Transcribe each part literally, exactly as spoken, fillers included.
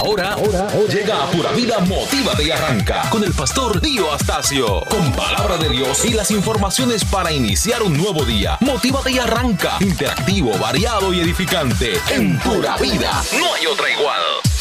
Ahora, ahora, ahora llega a Pura Vida Motívate y Arranca con el pastor Dio Astacio, con palabra de Dios y las informaciones para iniciar un nuevo día. Motívate y Arranca, interactivo, variado y edificante. En Pura Vida, no hay otra igual.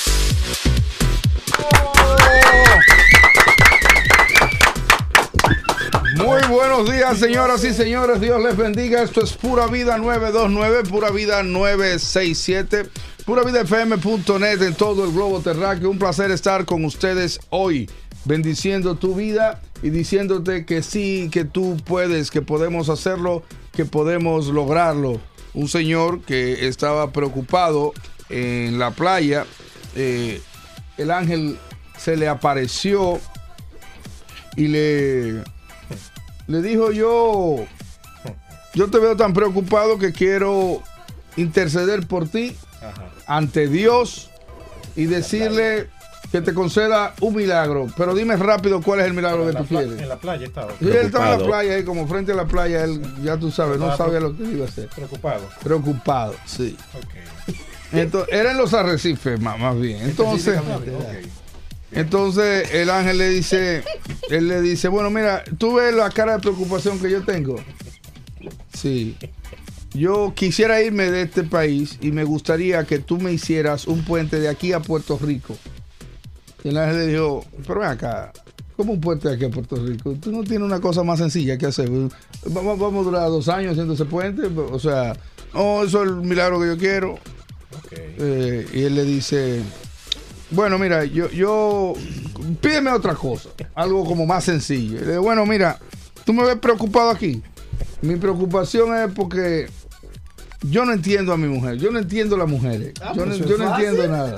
Muy buenos días, señoras y señores. Dios les bendiga. Esto es Pura Vida nueve dos nueve, Pura Vida nueve seis siete, pura vida f m punto net en todo el globo terráqueo. Un placer estar con ustedes hoy, bendiciendo tu vida y diciéndote que sí, que tú puedes, que podemos hacerlo, que podemos lograrlo. Un señor que estaba preocupado en la playa, eh, el ángel se le apareció y le... Le dijo: yo, yo te veo tan preocupado que quiero interceder por ti Ajá. ante Dios y decirle que te conceda un milagro. Pero dime rápido cuál es el milagro que tú quieres. En la playa estaba. Sí, él estaba en la playa, ahí como frente a la playa. Él, ya tú sabes, no sabía lo que iba a hacer. Preocupado. Preocupado, sí. Okay. Entonces, era en los arrecifes, más, más bien. Entonces... Okay. Entonces el ángel le dice, él le dice, bueno, mira, ¿tú ves la cara de preocupación que yo tengo? Sí. Yo quisiera irme de este país y me gustaría que tú me hicieras un puente de aquí a Puerto Rico. Y el ángel le dijo, pero ven acá, ¿cómo un puente de aquí a Puerto Rico? Tú no tienes una cosa más sencilla que hacer. Vamos, vamos a durar dos años haciendo ese puente. O sea, no, eso es el milagro que yo quiero. Okay. Eh, y él le dice... Bueno, mira, yo, yo, pídeme otra cosa, algo como más sencillo. Le digo, bueno, mira, tú me ves preocupado aquí. Mi preocupación es porque yo no entiendo a mi mujer, yo no entiendo a las mujeres, ah, yo, no, yo no entiendo nada.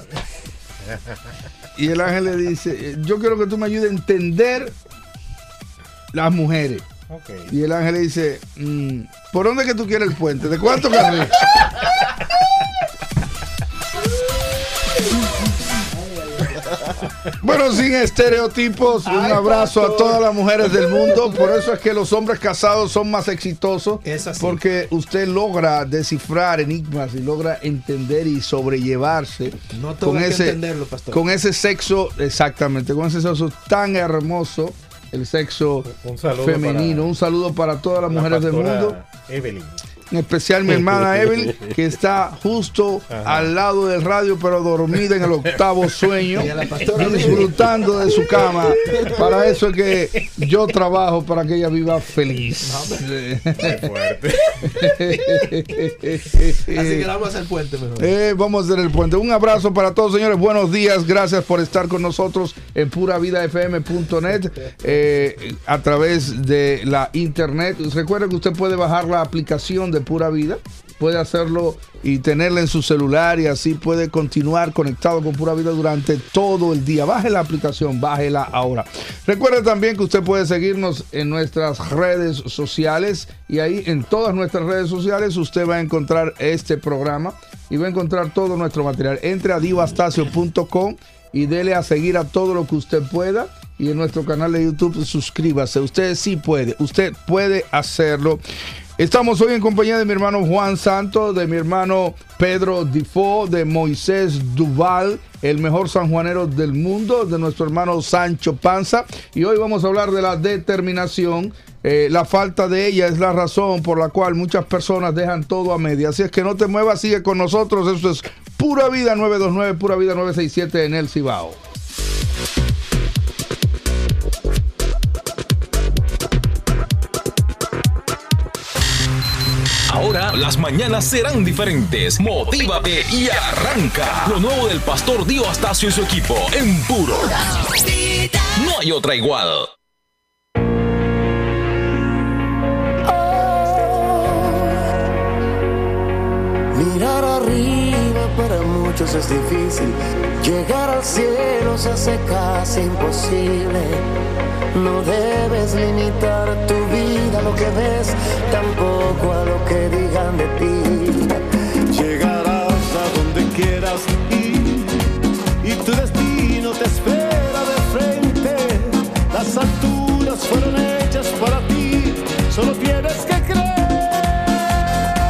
Y el ángel le dice, yo quiero que tú me ayudes a entender las mujeres. Okay. Y el ángel le dice, mm, ¿por dónde es que tú quieres el puente? ¿De cuánto carriles? Bueno, sin estereotipos, un abrazo a todas las mujeres del mundo. Por eso es que los hombres casados son más exitosos, porque usted logra descifrar enigmas y logra entender y sobrellevarse no todo con hay ese, que entenderlo, pastor. Con ese sexo, exactamente, con ese sexo tan hermoso, el sexo un femenino. Un saludo para todas las la mujeres del mundo. Evelyn. En especial mi hermana Evelyn, que está justo Ajá. al lado del radio, pero dormida en el octavo sueño, disfrutando de su cama. Para eso es que yo trabajo, para que ella viva feliz. No, fuerte. Así que vamos a hacer el puente mejor. Eh, vamos a hacer el puente. Un abrazo para todos, señores. Buenos días. Gracias por estar con nosotros en pura vida f m punto net eh, a través de la internet. Recuerden que usted puede bajar la aplicación de de Pura Vida, puede hacerlo y tenerla en su celular y así puede continuar conectado con Pura Vida durante todo el día. Baje la aplicación, bájela ahora. Recuerde también que usted puede seguirnos en nuestras redes sociales y ahí en todas nuestras redes sociales usted va a encontrar este programa y va a encontrar todo nuestro material. Entre a dio astacio punto com y dele a seguir a todo lo que usted pueda. Y en nuestro canal de YouTube suscríbase. Usted sí puede, usted puede hacerlo. Estamos hoy en compañía de mi hermano Juan Santos, de mi hermano Pedro Difo, de Moisés Duval, el mejor sanjuanero del mundo, de nuestro hermano Sancho Panza. Y hoy vamos a hablar de la determinación. Eh, la falta de ella es la razón por la cual muchas personas dejan todo a media. Así es que no te muevas, sigue con nosotros. Eso es Pura Vida nueve dos nueve, Pura Vida nueve seis siete en el Cibao. Ahora las mañanas serán diferentes. Motívate y arranca. Lo nuevo del pastor Dio Astacio y su equipo en Puro. No hay otra igual. Mirar arriba para muchos es difícil. Llegar al cielo se hace casi imposible. No debes limitar tu vida a lo que ves, tampoco a lo que digan de ti. Llegarás a donde quieras ir y tu destino te espera de frente. Las alturas fueron hechas para ti, solo tienes que creer.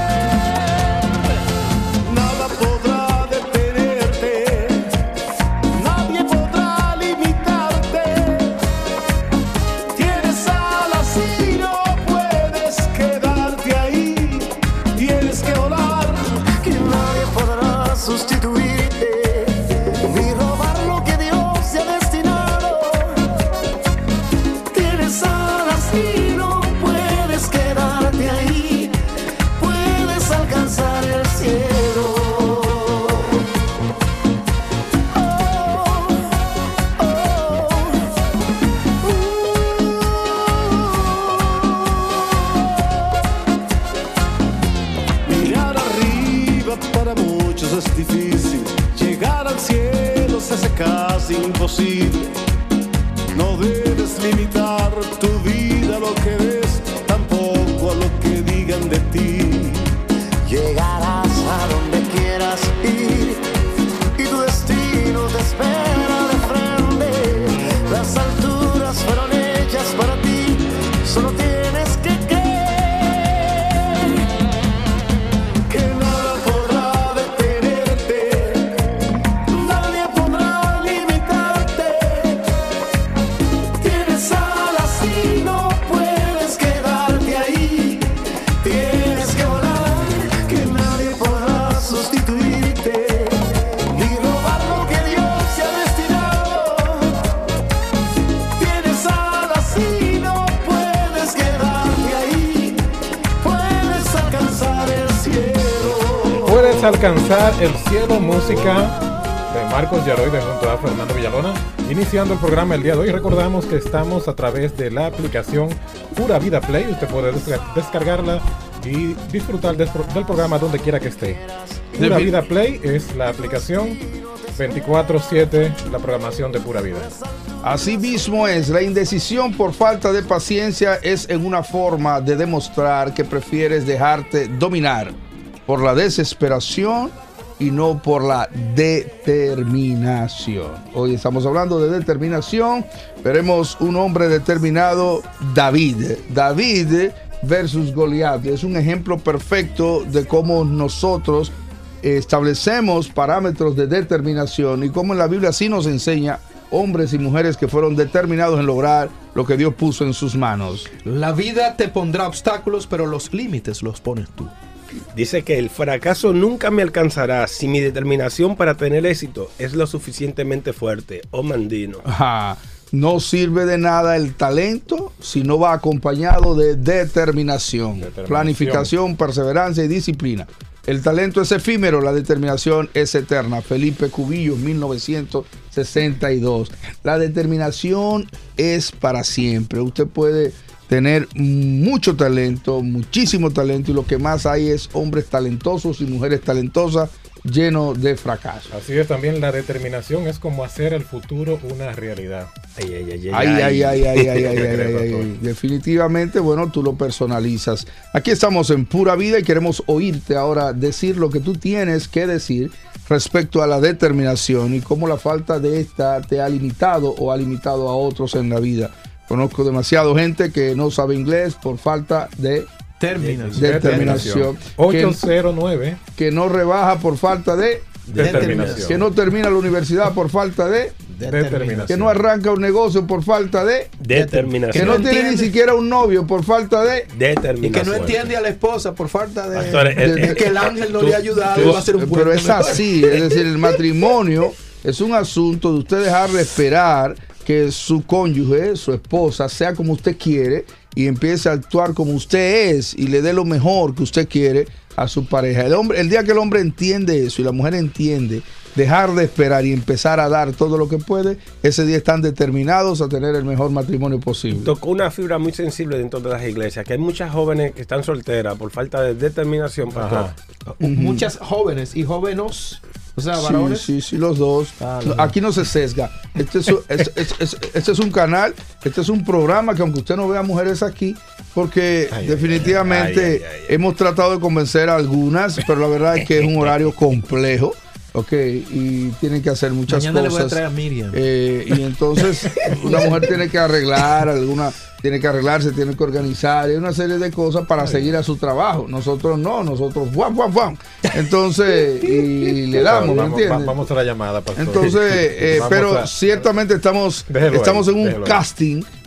Nada podrá detenerte, sustituirte, ni robar lo que Dios te ha destinado. Tienes alas y no puedes quedarte ahí, puedes alcanzar el cielo. Es difícil, llegar al cielo se hace casi imposible. No debes limitar tu vida a lo que ves, tampoco a lo que digan de ti. Llegarás a donde quieras ir y tu destino te espera de frente. Las alturas fueron hechas para ti, solo tienes que alcanzar el cielo, música de Marcos Yaroide junto a Fernando Villalona. Iniciando el programa el día de hoy, recordamos que estamos a través de la aplicación Pura Vida Play. Usted puede descargarla y disfrutar del programa donde quiera que esté. Pura Vida Play es la aplicación veinticuatro siete, la programación de Pura Vida. Así mismo es, la indecisión por falta de paciencia es en una forma de demostrar que prefieres dejarte dominar por la desesperación y no por la determinación. Hoy estamos hablando de determinación. Veremos un hombre determinado, David. David versus Goliat. Es un ejemplo perfecto de cómo nosotros establecemos parámetros de determinación y cómo en la Biblia sí nos enseña hombres y mujeres que fueron determinados en lograr lo que Dios puso en sus manos. La vida te pondrá obstáculos, pero los límites los pones tú. Dice que el fracaso nunca me alcanzará si mi determinación para tener éxito es lo suficientemente fuerte. Oh, Mandino. Ajá. No sirve de nada el talento si no va acompañado de determinación, determinación, planificación, perseverancia y disciplina. El talento es efímero, la determinación es eterna. Felipe Cubillos, mil novecientos sesenta y dos. La determinación es para siempre. Usted puede tener mucho talento, muchísimo talento, y lo que más hay es hombres talentosos y mujeres talentosas llenos de fracaso. Así es, también la determinación es como hacer el futuro una realidad. Ay, ay, ay, ay, ay, ay, ay, ay, ay, ay, ay, ay. Definitivamente, bueno, tú lo personalizas. Aquí estamos en Pura Vida y queremos oírte ahora decir lo que tú tienes que decir respecto a la determinación y cómo la falta de esta te ha limitado o ha limitado a otros en la vida. Conozco demasiado gente que no sabe inglés por falta de terminación. determinación. ocho cero nueve. Que, que no rebaja por falta de determinación. Que no termina la universidad por falta de determinación. Que no arranca un negocio por falta de determinación. Que no, no tiene ni siquiera un novio por falta de determinación. Y que no entiende a la esposa por falta de, Pastor, de, de, de que el ángel no tú, le ha ayudado tú, va a ser un pero es mejor. Así, es decir, el matrimonio es un asunto de usted dejar de esperar que su cónyuge, su esposa, sea como usted quiere y empiece a actuar como usted es y le dé lo mejor que usted quiere a su pareja. El hombre, el día que el hombre entiende eso y la mujer entiende dejar de esperar y empezar a dar todo lo que puede, ese día están determinados a tener el mejor matrimonio posible. Tocó una fibra muy sensible dentro de las iglesias, que hay muchas jóvenes que están solteras por falta de determinación, pastor. Uh-huh. Muchas jóvenes y jóvenes. O sea, varones. Sí, sí, sí, los dos. Ah, no. Aquí no se sesga. Este es, es, es, es, este es un canal, este es un programa que aunque usted no vea mujeres aquí, porque ay, definitivamente ay, ay, ay, ay. hemos tratado de convencer a algunas, pero la verdad es que es un horario complejo. Ok, y tienen que hacer muchas Mañana cosas. Le voy a traer a Miriam. Eh, y entonces una mujer tiene que arreglar alguna, tiene que arreglarse, tiene que organizar, hay una serie de cosas para seguir a su trabajo. Nosotros no, nosotros ¡guam, guam, guam! Entonces, y le damos, ¿me entiendes? Vamos a la llamada, pastor. Entonces, eh, pero a... ciertamente estamos, estamos ahí, en un casting.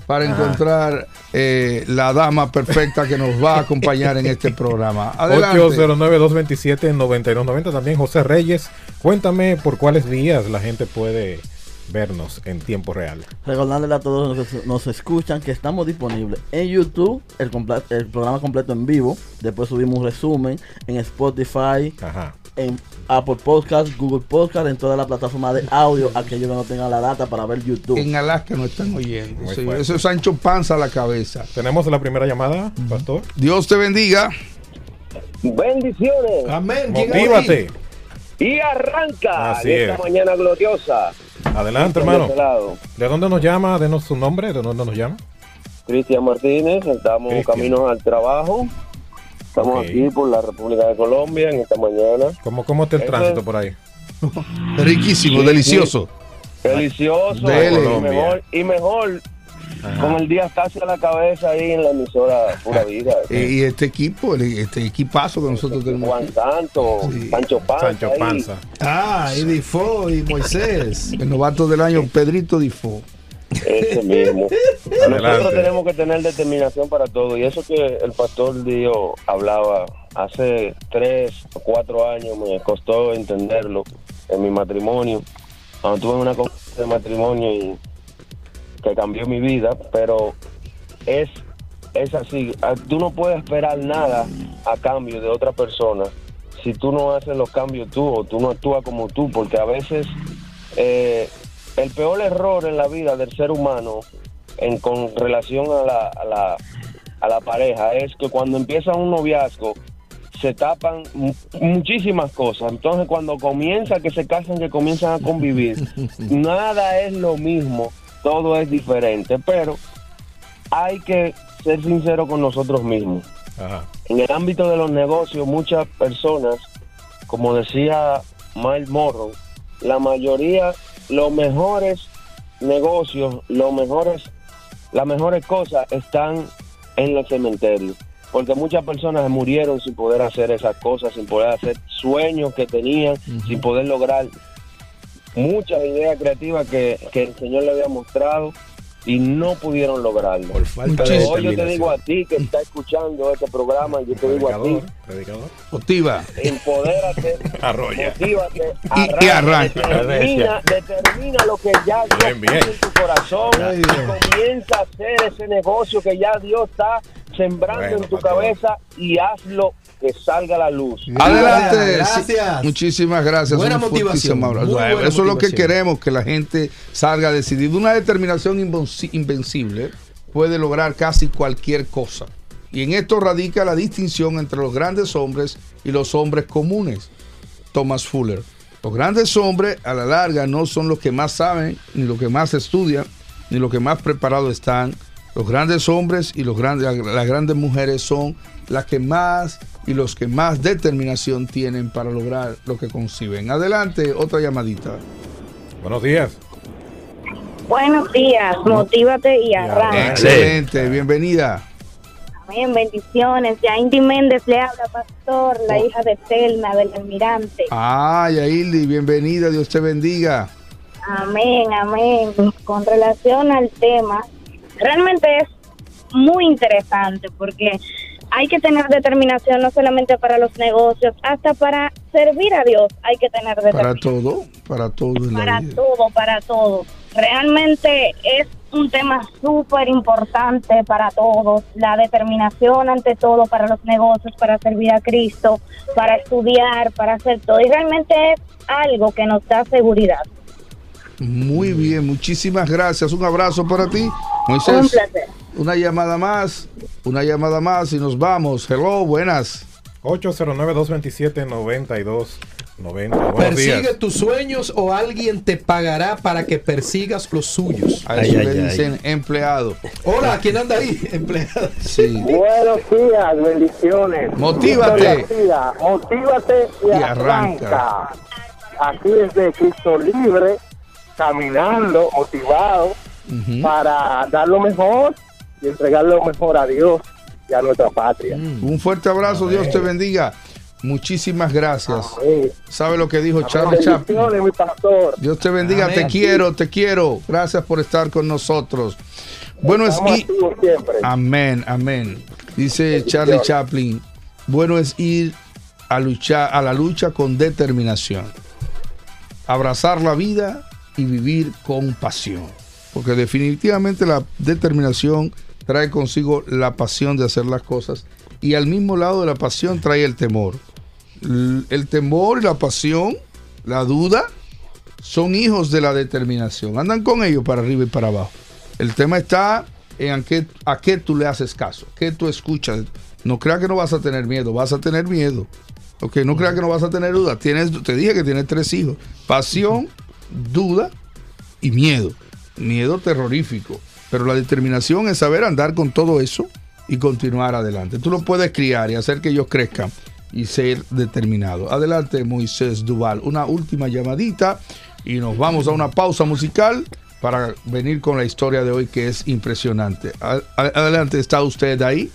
para Ajá. encontrar eh, la dama perfecta que nos va a acompañar en este programa. Adelante. ocho cero nueve, dos dos siete, nueve dos nueve cero. También José Reyes, cuéntame por cuáles días la gente puede vernos en tiempo real. Recordándole a todos los que nos escuchan que estamos disponibles en YouTube, el, comple- el programa completo en vivo. Después subimos un resumen en Spotify, Ajá. en Apple Podcast, Google Podcast, en toda la plataforma de audio, aquellos que no tengan la data para ver YouTube. En Alaska no están oyendo. Muy Sí, fuerte. eso es Sancho Panza a la cabeza. Tenemos la primera llamada, pastor. Dios te bendiga. Bendiciones. Amén. ¿Quién Motívate. Y arranca Así esta es. mañana gloriosa. Adelante, De hermano. este lado, ¿De dónde nos llama? Denos su nombre. ¿De dónde nos llama? Cristian Martínez, estamos Cristian. caminos al trabajo. Estamos Ok. aquí por la República de Colombia en esta mañana. ¿Cómo, cómo está el Eso tránsito es. por ahí? Riquísimo, Sí, delicioso. Delicioso. Dele. Y Colombia. mejor, y mejor Ajá. con el día casi a la cabeza ahí en la emisora Pura Vida. Eh, y este equipo, el- este equipazo que nosotros tenemos. Juan Santos, Sí. Sancho Panza. Sancho ahí. Panza. Ah, y Difo y Moisés. El novato del año, Pedrito Difo. Ese mismo. Adelante. Nosotros tenemos que tener determinación para todo. Y eso que el pastor Dio hablaba hace tres o cuatro años me costó entenderlo en mi matrimonio. Cuando tuve una conversación de matrimonio y que cambió mi vida, pero es, es así. Ah, Tú no puedes esperar nada a cambio de otra persona si tú no haces los cambios tú o tú no actúas como tú, porque a veces eh, el peor error en la vida del ser humano en con relación a la, a la a la pareja es que cuando empieza un noviazgo se tapan mu- muchísimas cosas. Entonces cuando comienza que se casan, que comienzan a convivir, nada es lo mismo, todo es diferente, pero hay que ser sincero con nosotros mismos. Ajá. En el ámbito de los negocios, muchas personas, como decía Miles Morrow, la mayoría, los mejores negocios, los mejores, las mejores cosas están en los cementerios. Porque muchas personas murieron sin poder hacer esas cosas, sin poder hacer sueños que tenían, uh-huh. sin poder lograr muchas ideas creativas que, que el Señor le había mostrado y no pudieron lograrlo. Por falta de Pero hoy yo te determinación. digo a ti que está escuchando este programa, yo te digo a ti, Predicador. Predicador. Motiva. empodérate, Arrolla. motívate, Y- y arranca. determina, determina lo que ya Dios Bien, bien. puso en tu corazón Ay, y Dios. comienza a hacer ese negocio que ya Dios está sembrando Bueno, en tu pastor. cabeza y hazlo que salga a la luz. Adelante. Gracias. Sí, muchísimas gracias. Buena Un motivación, fuertísimo abrazo. muy Bueno, buena eso es lo que motivación. queremos, que la gente salga decidida. Una determinación invonci- invencible puede lograr casi cualquier cosa. Y en esto radica la distinción entre los grandes hombres y los hombres comunes. Thomas Fuller. Los grandes hombres a la larga no son los que más saben, ni los que más estudian, ni los que más preparados están. Los grandes hombres y los grandes, las grandes mujeres son las que más y los que más determinación tienen para lograr lo que conciben. Adelante, otra llamadita. Buenos días. Buenos días, motívate y arranca. Excelente, bienvenida. Amén, bendiciones. Ya Indy Méndez le habla, pastor, la hija de Selma, del almirante. Ah, Yaildi, bienvenida, Dios te bendiga. Amén, amén. Con relación al tema, realmente es muy interesante porque hay que tener determinación no solamente para los negocios, hasta para servir a Dios hay que tener Para determinación. todo, para todo en la Para vida. todo, para todo. Realmente es un tema súper importante para todos. La determinación ante todo para los negocios, para servir a Cristo, para estudiar, para hacer todo. Y realmente es algo que nos da seguridad. Muy bien, muchísimas gracias. Un abrazo para ti, Moisés. Un placer. Una llamada más, una llamada más y nos vamos. Hello, buenas. ocho cero nueve, dos dos siete, nueve dos nueve cero. Buenos Persigue días. tus sueños o alguien te pagará para que persigas los suyos. A Ay, eso ay, le ay. empleado. empleado. Hola, ¿quién anda ahí? Empleado. Sí. Buenos días, bendiciones. Motívate. Victoria, motívate y, Y arranca. arranca. Aquí desde Cristo Libre, caminando, motivado Ujú. para dar lo mejor y entregar lo mejor a Dios y a nuestra patria. Un fuerte abrazo, Dios te bendiga. Muchísimas gracias. Amén. ¿Sabe lo que dijo Charles Chaplin? Bendiciones, mi pastor. Dios te bendiga, Amén. te quiero, te quiero. Gracias por estar con nosotros. Bueno es Estamos ir. activos siempre. Amén, amén. Dice Charlie Chaplin. Bueno es ir a luchar, a la lucha con determinación. Abrazar la vida y vivir con pasión. Porque definitivamente la determinación trae consigo la pasión de hacer las cosas. Y al mismo lado de la pasión trae el temor. L- El temor y la pasión, la duda, son hijos de la determinación. Andan con ellos para arriba y para abajo. El tema está en a qué, a qué tú le haces caso, qué tú escuchas. No creas que no vas a tener miedo, vas a tener miedo. Okay, no creas que no vas a tener duda. Tienes, te dije que tienes tres hijos. Pasión, duda y miedo. Miedo terrorífico. Pero la determinación es saber andar con todo eso y continuar adelante. Tú lo puedes criar y hacer que ellos crezcan y ser determinados. Adelante, Moisés Duval. Una última llamadita y nos vamos a una pausa musical para venir con la historia de hoy, que es impresionante. A- adelante, ¿está usted ahí?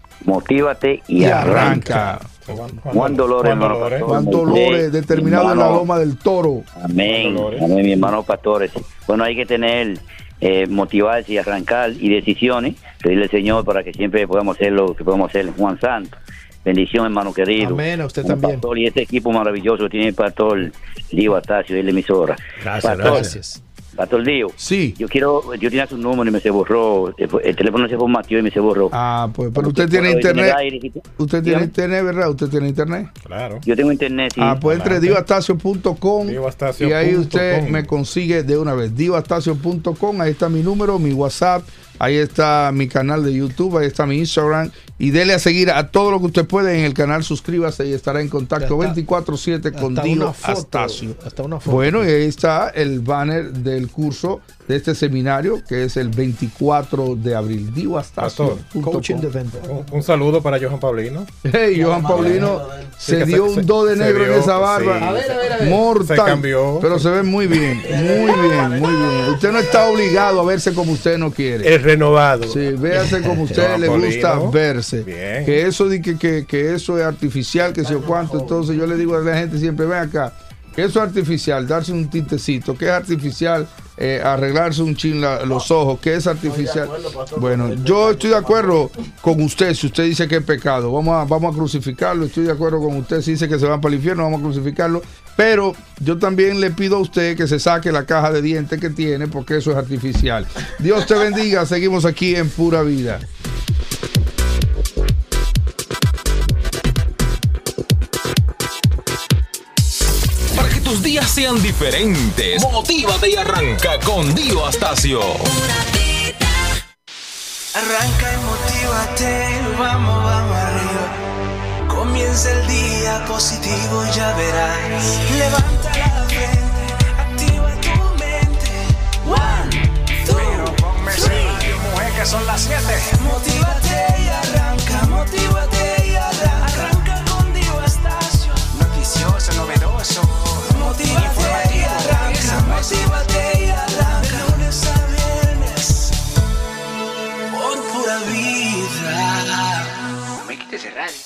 Motívate y, Y arranca. arranca. Juan Dolores, Juan hermano Dolores. pastor. Juan Dolores, determinado en la hermano. loma del Toro. Amén, Dolores. amén, mi hermano pastores. Bueno, hay que tener, eh, motivarse y arrancar y decisiones, pedirle al Señor para que siempre podamos hacer lo que podemos hacer. Juan Santo, bendición, hermano querido. Amén, a usted Hermano también. pastor, y este equipo maravilloso que tiene el pastor Dio Astacio de la emisora. Gracias, Pastor, Gracias. Pastor Dio, Sí. yo quiero, yo tenía su número y me se borró, el teléfono se formateó y me se borró. Ah, pues, pero usted tiene ¿Puedo internet. tener aire? Usted tiene Dígame. internet, ¿verdad? Usted tiene internet. Claro. Yo tengo internet, sí. Ah, pues entre Adelante. divastacio punto com divastacio y ahí punto usted com. me consigue de una vez. divastacio punto com, ahí está mi número, mi WhatsApp, ahí está mi canal de YouTube, ahí está mi Instagram. Y dele a seguir a todo lo que usted puede en el canal, suscríbase y estará en contacto Hasta- veinticuatro siete con hasta Dio una foto, Astacio. hasta una foto. Bueno, y ahí está el banner del curso de este seminario, que es el veinticuatro de abril. dio astacio punto com. Coaching de venta. Un, un saludo para Johan Paulino. Hey, Johan Paulino Sí, se que dio se- un do de se negro en vio, esa barba. sí. A ver, a ver, a ver. Mortal. Se cambió. Pero se ve muy bien, muy bien, muy bien. Usted no está obligado a verse como usted no quiere. El renovado. Sí, véase como a usted Johan le gusta Paulino. verse. Bien. Que eso de que, que, que eso es artificial, que sé yo cuánto. Entonces yo le digo a la gente siempre, ven acá, que eso es artificial, darse un tintecito, que es artificial, eh, arreglarse un chin la- los ojos, que es artificial. Bueno, yo estoy de acuerdo con usted si usted dice que es pecado. Vamos a, vamos a crucificarlo. Estoy de acuerdo con usted si dice que se van para el infierno, vamos a crucificarlo. Pero yo también le pido a usted que se saque la caja de dientes que tiene, porque eso es artificial. Dios te bendiga. Seguimos aquí en Pura Vida. Para que tus días sean diferentes, motívate y arranca con Dio Astacio. Arranca y motívate, vamos, vamos arriba. Comienza el día positivo y ya verás. Levanta la frente, activa tu mente. One, two, three. Mujer, que son las siete. Motívate y arranca, motívate y arranca. Arranca con Dio Astacio. Noticioso, novedoso. Motívate y arranca, motívate y arranca. De lunes a viernes, por pura vida. No me quites el radio.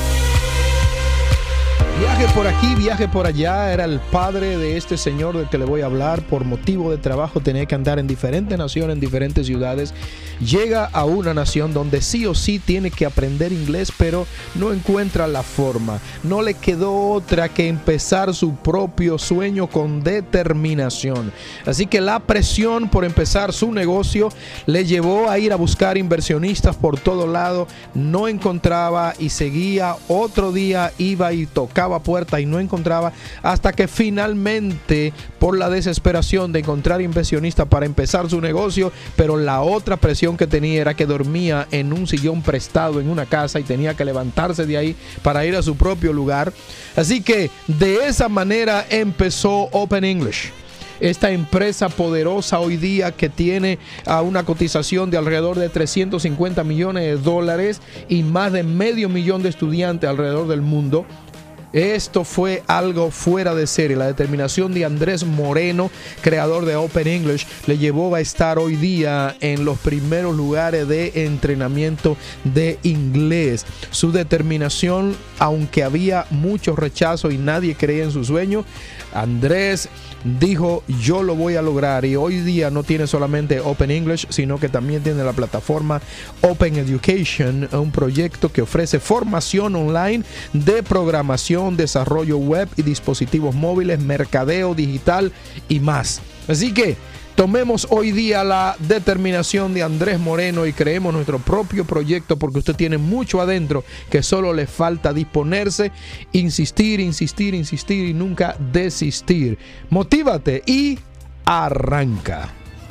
Viaje por aquí, viaje por allá. Era el padre de este señor del que le voy a hablar. Por motivo de trabajo tenía que andar en diferentes naciones, en diferentes ciudades. Llega a una nación donde sí o sí tiene que aprender inglés, pero no encuentra la forma. No le quedó otra que empezar su propio sueño con determinación. Así que la presión por empezar su negocio le llevó a ir a buscar inversionistas por todo lado. No encontraba y seguía. Otro día iba y tocaba puerta y no encontraba, hasta que finalmente, por la desesperación de encontrar inversionistas para empezar su negocio, pero la otra presión que tenía era que dormía en un sillón prestado en una casa y tenía que levantarse de ahí para ir a su propio lugar. Así que de esa manera empezó Open English. Esta empresa poderosa hoy día que tiene a una cotización de alrededor de trescientos cincuenta millones de dólares y más de medio millón de estudiantes alrededor del mundo. Esto fue algo fuera de serie. La determinación de Andrés Moreno, creador de Open English, le llevó a estar hoy día en los primeros lugares de entrenamiento de inglés. Su determinación, aunque había mucho rechazo y nadie creía en su sueño, Andrés dijo, yo lo voy a lograr, y hoy día no tiene solamente Open English, sino que también tiene la plataforma Open Education, un proyecto que ofrece formación online de programación, desarrollo web y dispositivos móviles, mercadeo digital y más. Así que tomemos hoy día la determinación de Andrés Moreno y creemos nuestro propio proyecto, porque usted tiene mucho adentro que solo le falta disponerse, insistir, insistir, insistir y nunca desistir. Motívate y arranca.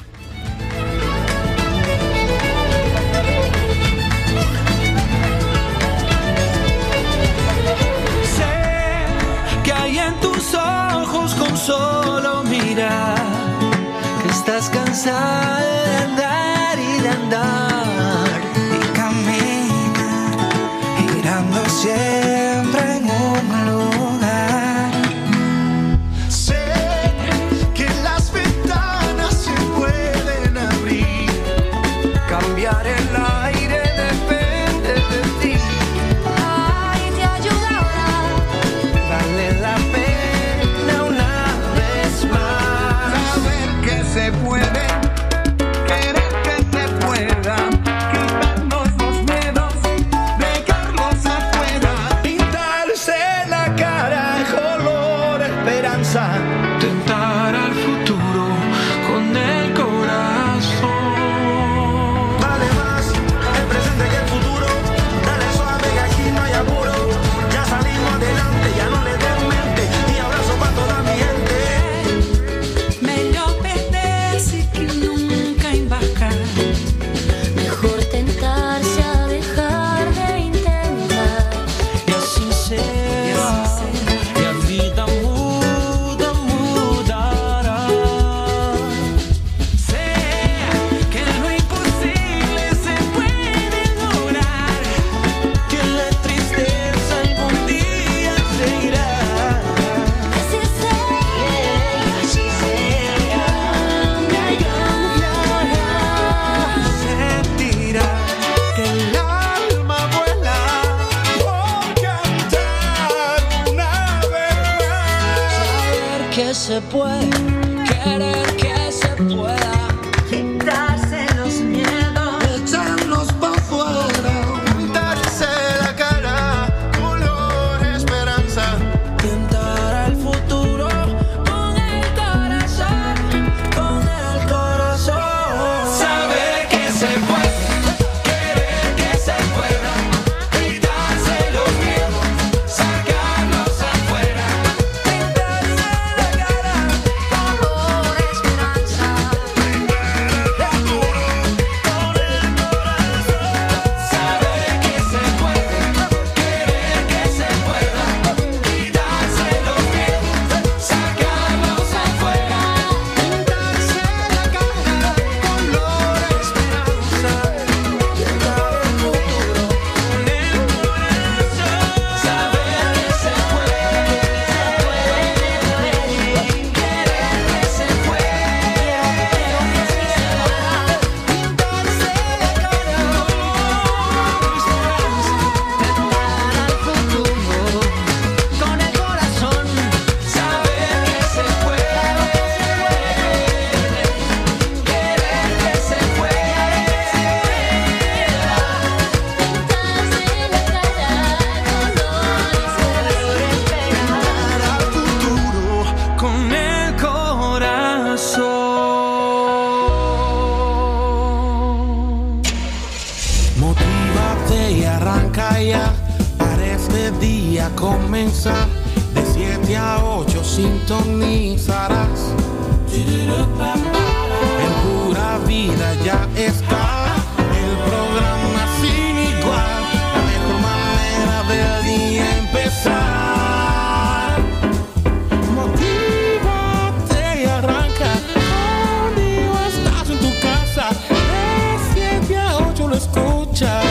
Sé que hay en tus ojos con solo mirar. Estás cansada de andar y de andar y caminar, girando siempre en un lugar. Sé que las ventanas se pueden abrir, cambiar el aire depende de ti. Ay, te ayuda ahora, vale la pena una vez más. Se puede, querer que se pueda, quitarnos los miedos, dejarlos afuera, pintarse la cara color esperanza, tentar al futuro con el corazón. Vale más el presente que el futuro, dale suave que aquí no hay apuro, ya salimos adelante, ya no le den mente, y abrazo para toda mi gente. Mejor tentarse a dejar de intentar. Y así será, la vida muda, mudará. Sé que lo imposible se puede lograr, que la tristeza algún día se irá. Así será, así será. Que el alma vuela por cantar una vez más. Saber que se puede, querer que se pueda, quitarse los miedos, echarlos pa' fuera, pintarse la cara color esperanza, tentar al futuro con el corazón, con el corazón. Saber que se puede. Comienza de siete a ocho, sintonizarás. En pura vida ya está el programa sin igual, la mejor manera del día empezar. Motívate y arranca. Conmigo estás en tu casa, de siete a ocho lo escuchas.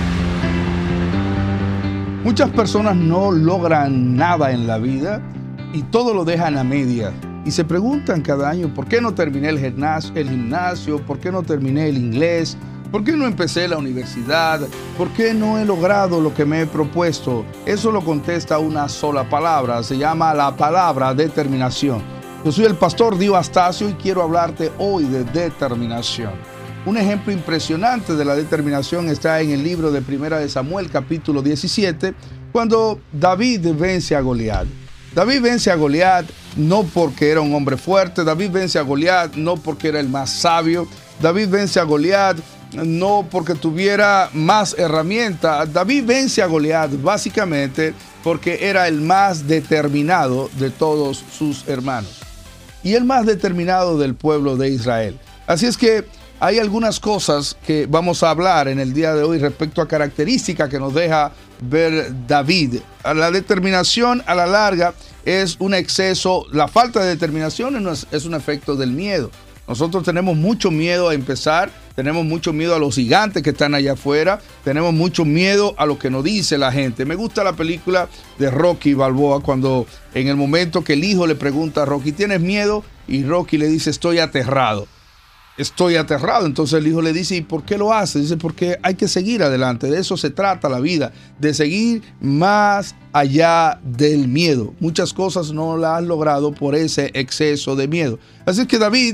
Muchas personas no logran nada en la vida y todo lo dejan a media. Y se preguntan cada año, ¿por qué no terminé el gimnasio, el gimnasio? ¿Por qué no terminé el inglés? ¿Por qué no empecé la universidad? ¿Por qué no he logrado lo que me he propuesto? Eso lo contesta una sola palabra, se llama la palabra determinación. Yo soy el pastor Dio Astacio y quiero hablarte hoy de determinación. Un ejemplo impresionante de la determinación está en el libro de Primera de Samuel, capítulo diecisiete, cuando David vence a Goliat. David vence a Goliat no porque era un hombre fuerte, David vence a Goliat no porque era el más sabio, David vence a Goliat no porque tuviera más herramientas, David vence a Goliat básicamente porque era el más determinado de todos sus hermanos y el más determinado del pueblo de Israel. Así es que hay algunas cosas que vamos a hablar en el día de hoy respecto a características que nos deja ver David. La determinación a la larga es un exceso, la falta de determinación es un efecto del miedo. Nosotros tenemos mucho miedo a empezar, tenemos mucho miedo a los gigantes que están allá afuera, tenemos mucho miedo a lo que nos dice la gente. Me gusta la película de Rocky Balboa cuando en el momento que el hijo le pregunta a Rocky, ¿tienes miedo? Y Rocky le dice, estoy aterrado. Estoy aterrado. Entonces el hijo le dice, ¿y por qué lo hace? Dice, porque hay que seguir adelante. De eso se trata la vida, de seguir más allá del miedo. Muchas cosas no las has logrado por ese exceso de miedo. Así que David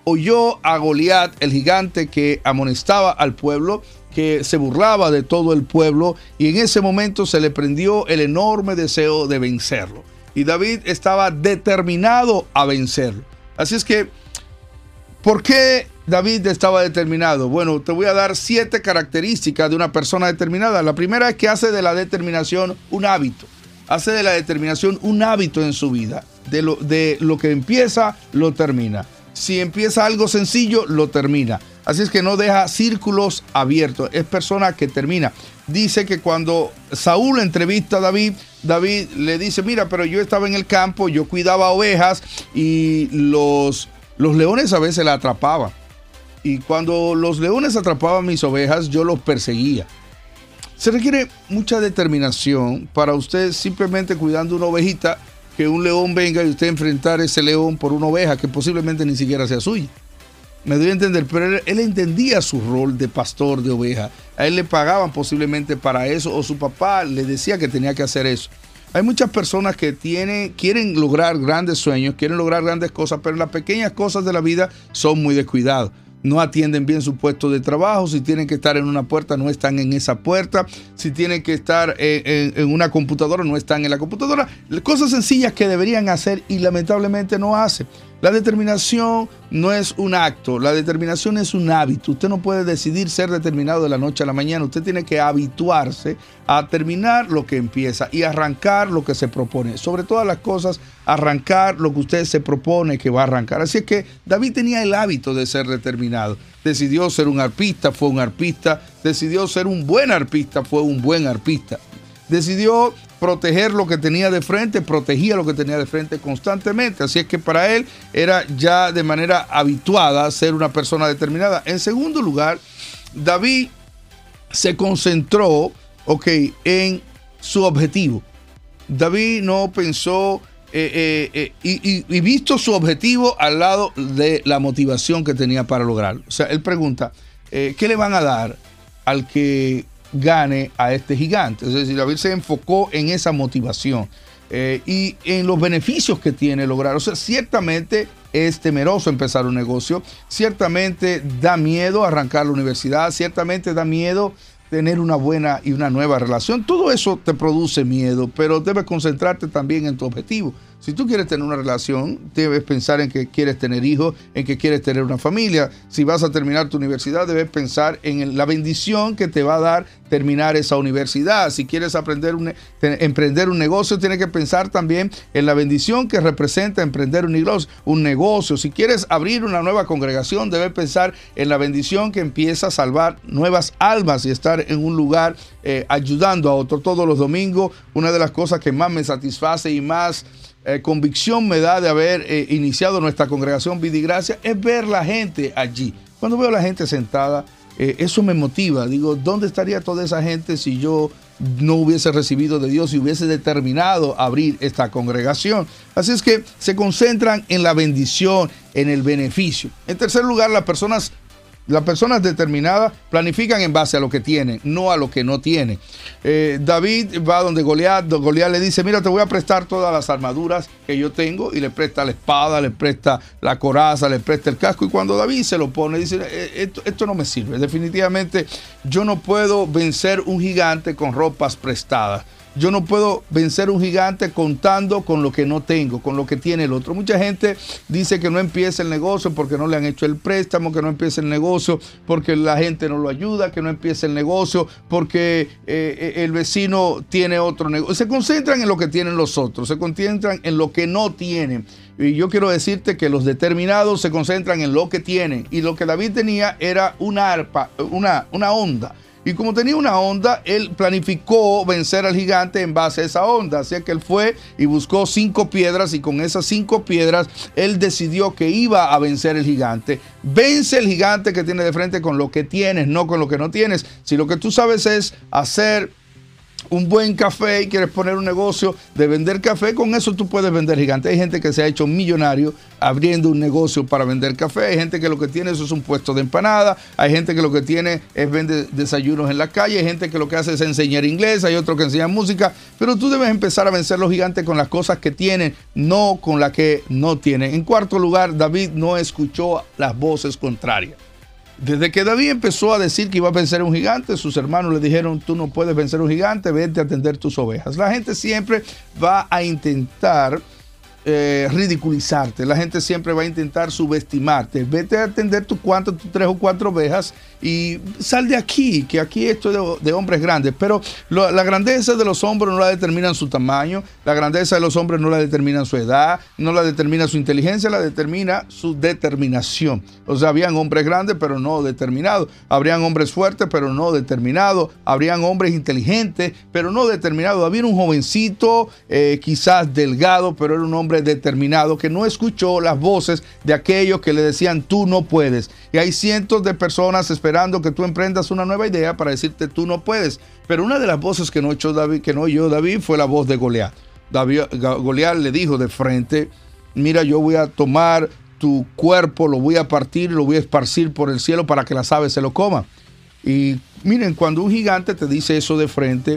oyó a Goliat, el gigante que amonestaba al pueblo, que se burlaba de todo el pueblo, y en ese momento se le prendió el enorme deseo de vencerlo. Y David estaba determinado a vencerlo. Así es que, ¿por qué David estaba determinado? Bueno, te voy a dar siete características de una persona determinada. La primera es que hace de la determinación un hábito. Hace de la determinación un hábito en su vida. De lo, de lo que empieza, lo termina. Si empieza algo sencillo, lo termina. Así es que no deja círculos abiertos. Es persona que termina. Dice que cuando Saúl entrevista a David, David le dice, mira, pero yo estaba en el campo, yo cuidaba ovejas y los... Los leones a veces la atrapaban. Y cuando los leones atrapaban mis ovejas, yo los perseguía. Se requiere mucha determinación para usted simplemente cuidando una ovejita, que un león venga y usted enfrentar a ese león por una oveja que posiblemente ni siquiera sea suya. Me doy a entender, pero él, él entendía su rol de pastor de oveja. A él le pagaban posiblemente para eso, o su papá le decía que tenía que hacer eso. Hay muchas personas que tienen, quieren lograr grandes sueños, quieren lograr grandes cosas, pero las pequeñas cosas de la vida son muy descuidados. No atienden bien su puesto de trabajo. Si tienen que estar en una puerta, no están en esa puerta. Si tienen que estar en, en, en una computadora, no están en la computadora. Cosas sencillas que deberían hacer y lamentablemente no hacen. La determinación no es un acto, la determinación es un hábito. Usted no puede decidir ser determinado de la noche a la mañana. Usted tiene que habituarse a terminar lo que empieza y arrancar lo que se propone. Sobre todas las cosas, arrancar lo que usted se propone que va a arrancar. Así es que David tenía el hábito de ser determinado. Decidió ser un arpista, fue un arpista. Decidió ser un buen arpista, fue un buen arpista. Decidió proteger lo que tenía de frente, protegía lo que tenía de frente constantemente. Así es que para él era ya de manera habituada ser una persona determinada. En segundo lugar, David se concentró, ok, en su objetivo. David no pensó eh, eh, eh, y, y, y visto su objetivo al lado de la motivación que tenía para lograrlo. O sea, él pregunta, eh, ¿qué le van a dar al que gane a este gigante? Es decir, David se enfocó en esa motivación eh, y en los beneficios que tiene lograr. O sea, ciertamente es temeroso empezar un negocio, ciertamente da miedo arrancar la universidad, ciertamente da miedo tener una buena y una nueva relación. Todo eso te produce miedo, pero debes concentrarte también en tu objetivo. Si tú quieres tener una relación, debes pensar en que quieres tener hijos, en que quieres tener una familia. Si vas a terminar tu universidad, debes pensar en la bendición que te va a dar terminar esa universidad. Si quieres aprender un, emprender un negocio, tienes que pensar también en la bendición que representa emprender un negocio. Un negocio. Si quieres abrir una nueva congregación, debes pensar en la bendición que empieza a salvar nuevas almas y estar en un lugar eh, ayudando a otros todos los domingos. Una de las cosas que más me satisface y más Eh, convicción me da de haber eh, iniciado nuestra congregación Vida y Gracia es ver la gente allí. Cuando veo a la gente sentada, eh, eso me motiva. Digo, ¿dónde estaría toda esa gente si yo no hubiese recibido de Dios y hubiese determinado abrir esta congregación. Así es que se concentran en la bendición, en el beneficio. En tercer lugar, las personas Las personas determinadas planifican en base a lo que tienen, no a lo que no tienen. Eh, David va donde Goliat, Goliat le dice, mira, te voy a prestar todas las armaduras que yo tengo, y le presta la espada, le presta la coraza, le presta el casco, y cuando David se lo pone, dice, esto, esto no me sirve, definitivamente yo no puedo vencer un gigante con ropas prestadas. Yo no puedo vencer un gigante contando con lo que no tengo, con lo que tiene el otro. Mucha gente dice que no empieza el negocio porque no le han hecho el préstamo, que no empieza el negocio porque la gente no lo ayuda, que no empieza el negocio porque eh, el vecino tiene otro negocio. Se concentran en lo que tienen los otros, se concentran en lo que no tienen. Y yo quiero decirte que los determinados se concentran en lo que tienen. Y lo que David tenía era una arpa, una, una onda. Y como tenía una onda, él planificó vencer al gigante en base a esa onda. Así que él fue y buscó cinco piedras, y con esas cinco piedras él decidió que iba a vencer el gigante. Vence el gigante que tiene de frente con lo que tienes, no con lo que no tienes. Si lo que tú sabes es hacer un buen café y quieres poner un negocio de vender café, con eso tú puedes vender gigante. Hay gente que se ha hecho millonario abriendo un negocio para vender café. Hay gente que lo que tiene eso es un puesto de empanada. Hay gente que lo que tiene es vender desayunos en la calle. Hay gente que lo que hace es enseñar inglés. Hay otro que enseña música. Pero tú debes empezar a vencer los gigantes con las cosas que tienen, no con las que no tienen. En cuarto lugar, David no escuchó las voces contrarias. Desde que David empezó a decir que iba a vencer a un gigante, sus hermanos le dijeron, tú no puedes vencer a un gigante, vete a atender tus ovejas. La gente siempre va a intentar eh, ridiculizarte, la gente siempre va a intentar subestimarte. Vete a atender tus cuantas, tus tres o cuatro ovejas y sal de aquí, que aquí esto es de, de hombres grandes. Pero lo, la grandeza de los hombres no la determinan su tamaño, la grandeza de los hombres no la determinan su edad, no la determina su inteligencia, la determina su determinación. O sea, habían hombres grandes pero no determinados, habrían hombres fuertes pero no determinados, habrían hombres inteligentes pero no determinados. Había un jovencito eh, quizás delgado, pero era un hombre determinado que no escuchó las voces de aquellos que le decían tú no puedes. Y hay cientos de personas esperando que tú emprendas una nueva idea para decirte tú no puedes. Pero una de las voces que no oyó David, que no oyó David fue la voz de Goliat. David, Goliat le dijo de frente, mira, yo voy a tomar tu cuerpo, lo voy a partir, lo voy a esparcir por el cielo para que las aves se lo coman. Y miren, cuando un gigante te dice eso de frente,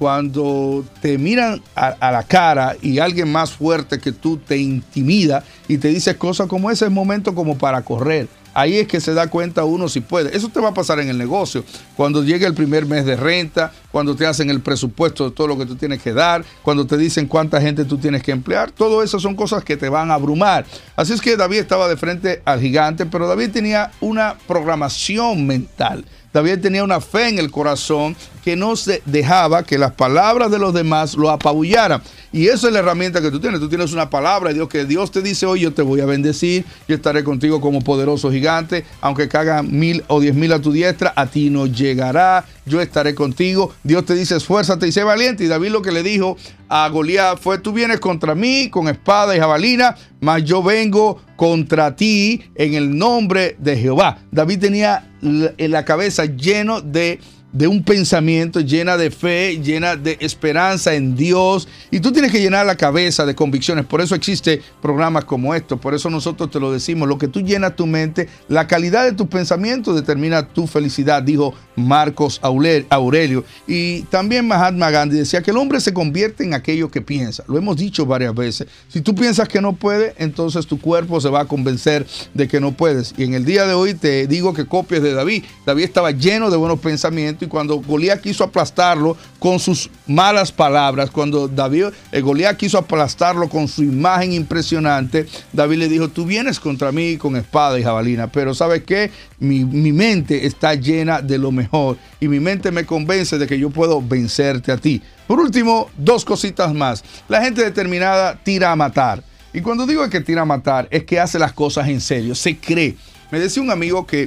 cuando te miran a, a la cara y alguien más fuerte que tú te intimida y te dice cosas como ese, es momento como para correr. Ahí es que se da cuenta uno si puede. Eso te va a pasar en el negocio. Cuando llegue el primer mes de renta, cuando te hacen el presupuesto de todo lo que tú tienes que dar, cuando te dicen cuánta gente tú tienes que emplear, todo eso son cosas que te van a abrumar. Así es que David estaba de frente al gigante, pero David tenía una programación mental. David tenía una fe en el corazón que no se dejaba que las palabras de los demás lo apabullaran. Y esa es la herramienta que tú tienes. Tú tienes una palabra de Dios que Dios te dice hoy, yo te voy a bendecir, yo estaré contigo como poderoso gigante, aunque caigan mil o diez mil a tu diestra, a ti no llegará, yo estaré contigo. Dios te dice esfuérzate y sé valiente. Y David lo que le dijo a Goliat fue, tú vienes contra mí con espada y jabalina, mas yo vengo contra ti en el nombre de Jehová. David tenía en la cabeza lleno de de un pensamiento, llena de fe, llena de esperanza en Dios. Y tú tienes que llenar la cabeza de convicciones. Por eso existen programas como estos. Por eso nosotros te lo decimos. Lo que tú llenas tu mente, la calidad de tus pensamientos determina tu felicidad, dijo Marcos Aurelio. Y también Mahatma Gandhi decía que el hombre se convierte en aquello que piensa. Lo hemos dicho varias veces. Si tú piensas que no puedes, entonces tu cuerpo se va a convencer de que no puedes. Y en el día de hoy te digo que copies de David. David estaba lleno de buenos pensamientos. Y cuando Goliat quiso aplastarlo con sus malas palabras, cuando David, eh, Goliat quiso aplastarlo con su imagen impresionante, David le dijo, tú vienes contra mí con espada y jabalina, pero ¿sabes qué? Mi, mi mente está llena de lo mejor y mi mente me convence de que yo puedo vencerte a ti. Por último, dos cositas más. La gente determinada tira a matar. Y cuando digo que tira a matar, es que hace las cosas en serio, se cree. Me decía un amigo que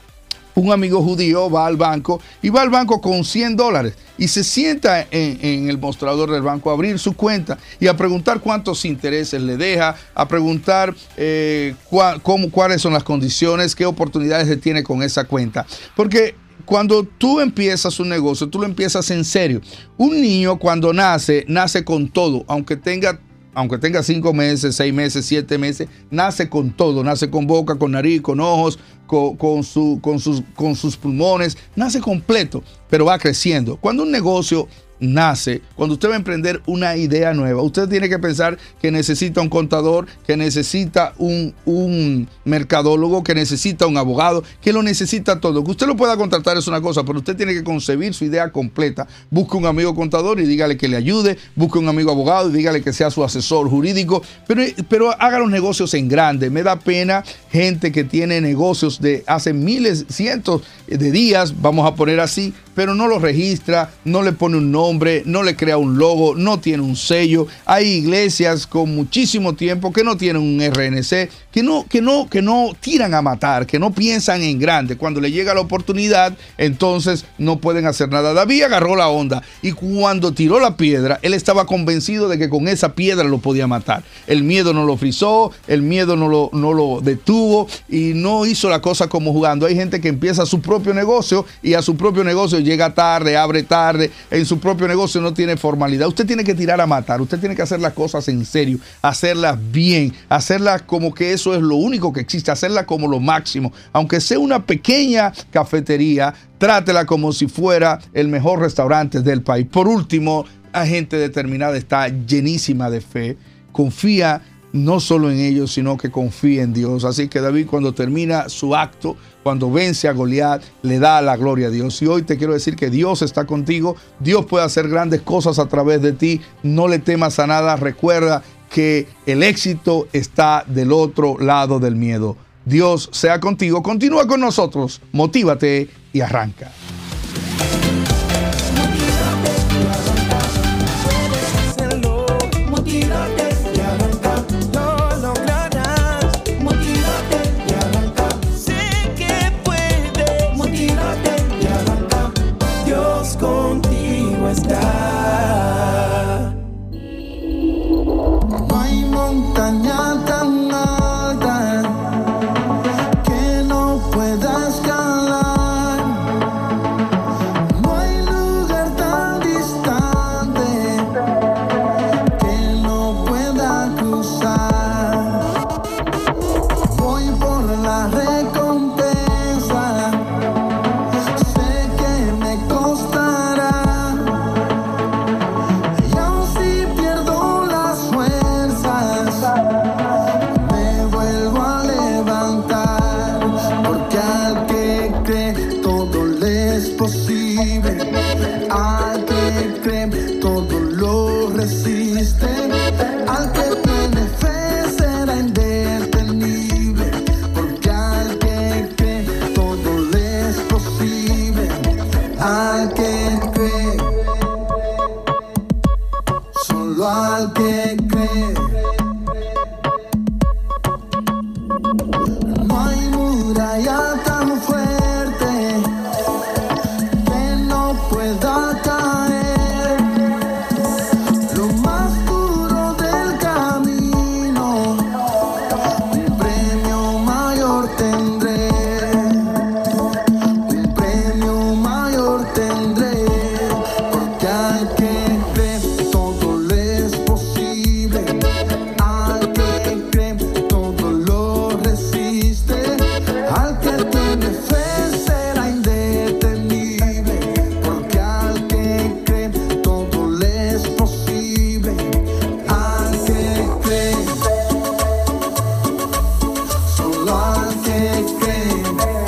un amigo judío va al banco y va al banco con cien dólares y se sienta en, en el mostrador del banco a abrir su cuenta y a preguntar cuántos intereses le deja, a preguntar eh, cua, cómo, cuáles son las condiciones, qué oportunidades se tiene con esa cuenta. Porque cuando tú empiezas un negocio, tú lo empiezas en serio. Un niño cuando nace, nace con todo, aunque tenga aunque tenga cinco meses, seis meses, siete meses, nace con todo, nace con boca, con nariz, con ojos, con, con, su, con, sus, con sus pulmones, nace completo, pero va creciendo. Cuando un negocio nace, cuando usted va a emprender una idea nueva, usted tiene que pensar que necesita un contador, que necesita un, un mercadólogo, que necesita un abogado, que lo necesita todo. Que usted lo pueda contratar es una cosa, pero usted tiene que concebir su idea completa. Busque un amigo contador y dígale que le ayude, busque un amigo abogado y dígale que sea su asesor jurídico, pero, pero haga los negocios en grande. Me da pena gente que tiene negocios de hace miles, cientos de días, vamos a poner así, pero no los registra, no le pone un nombre, no le crea un logo, no tiene un sello. Hay iglesias con muchísimo tiempo que no tienen un R N C, que no, que no, que no tiran a matar, que no piensan en grande. Cuando le llega la oportunidad, entonces no pueden hacer nada. David agarró la onda y cuando tiró la piedra, él estaba convencido de que con esa piedra lo podía matar. El miedo no lo frizó, el miedo no lo, no lo detuvo y no hizo la cosa como jugando. Hay gente que empieza su propio negocio y a su propio negocio llega tarde, abre tarde, en su propio negocio no tiene formalidad. Usted tiene que tirar a matar, usted tiene que hacer las cosas en serio, hacerlas bien, hacerlas como que eso es lo único que existe, hacerlas como lo máximo. Aunque sea una pequeña cafetería, trátela como si fuera el mejor restaurante del país. Por último, la gente determinada está llenísima de fe, confía no solo en ellos, sino que confía en Dios. Así que David, cuando termina su acto, cuando vence a Goliat, le da la gloria a Dios. Y hoy te quiero decir que Dios está contigo. Dios puede hacer grandes cosas a través de ti. No le temas a nada. Recuerda que el éxito está del otro lado del miedo. Dios sea contigo. Continúa con nosotros. Motívate y arranca. No hay montaña tan alta que no pueda escalar. No hay lugar tan distante que no pueda cruzar. Voy por la recompensa, sé que me costará. Me vuelvo a levantar, porque al que cree todo le es posible. Al que cree todo lo resiste. Al que tiene fe será indetenible, porque al que cree todo le es posible. Al que cree, solo al que cree. Muralla tan fuerte que no pueda caer. Lo más duro del camino, un premio mayor tendré. Un premio mayor tendré, porque al que cree todo le es posible. Al que cree todo lo resiste. Al que tiene fe será indetenible, porque al que cree todo le es posible. Al que cree, solo al que cree.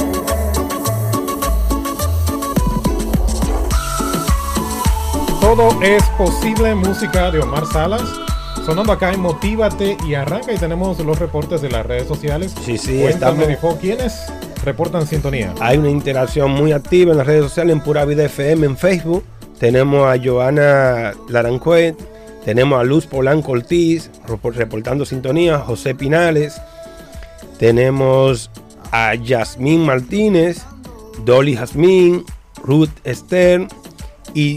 Todo es posible, música de Omar Salas. Sonando acá en Motívate y Arranca, y tenemos los reportes de las redes sociales. Sí, sí, Cuéntame, estamos... Dijo, ¿quiénes reportan sintonía? Hay una interacción muy activa en las redes sociales, en Pura Vida F M en Facebook. Tenemos a Joana Larancuet, tenemos a Luz Polanco Ortiz reportando sintonía, José Pinales, tenemos a Yasmín Martínez, Dolly Jazmín, Ruth Esther y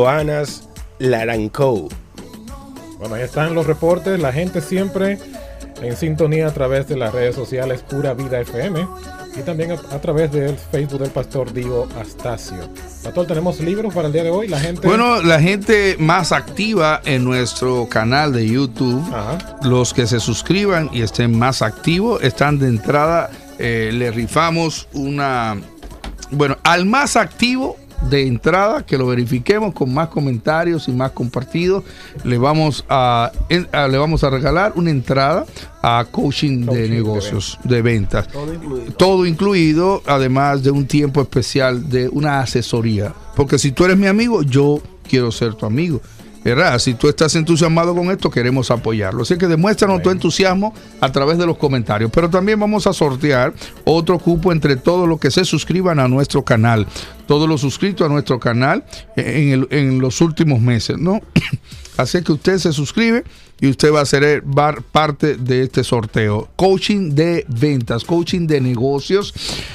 Joanas Laranco. Bueno, ahí están los reportes. La gente siempre en sintonía a través de las redes sociales Pura Vida F M y también a, a través del Facebook del Pastor Dio Astacio. Pastor, ¿tenemos libros para el día de hoy? La gente... Bueno, la gente más activa en nuestro canal de YouTube, Ajá. los que se suscriban y estén más activos, están de entrada, eh, le rifamos una... Bueno, al más activo de entrada, que lo verifiquemos con más comentarios y más compartidos, le vamos a, en, a le vamos a regalar una entrada a coaching, coaching de negocios, de, de ventas, todo incluido. todo incluido, además de un tiempo especial de una asesoría, porque si tú eres mi amigo, yo quiero ser tu amigo, ¿verdad? Si tú estás entusiasmado con esto, queremos apoyarlo. Así que demuéstranos Bien. tu entusiasmo a través de los comentarios. Pero también vamos a sortear otro cupo entre todos los que se suscriban a nuestro canal. Todos los suscritos a nuestro canal en, el, en los últimos meses, ¿no? Así que usted se suscribe y usted va a ser parte de este sorteo. Coaching de ventas, coaching de negocios.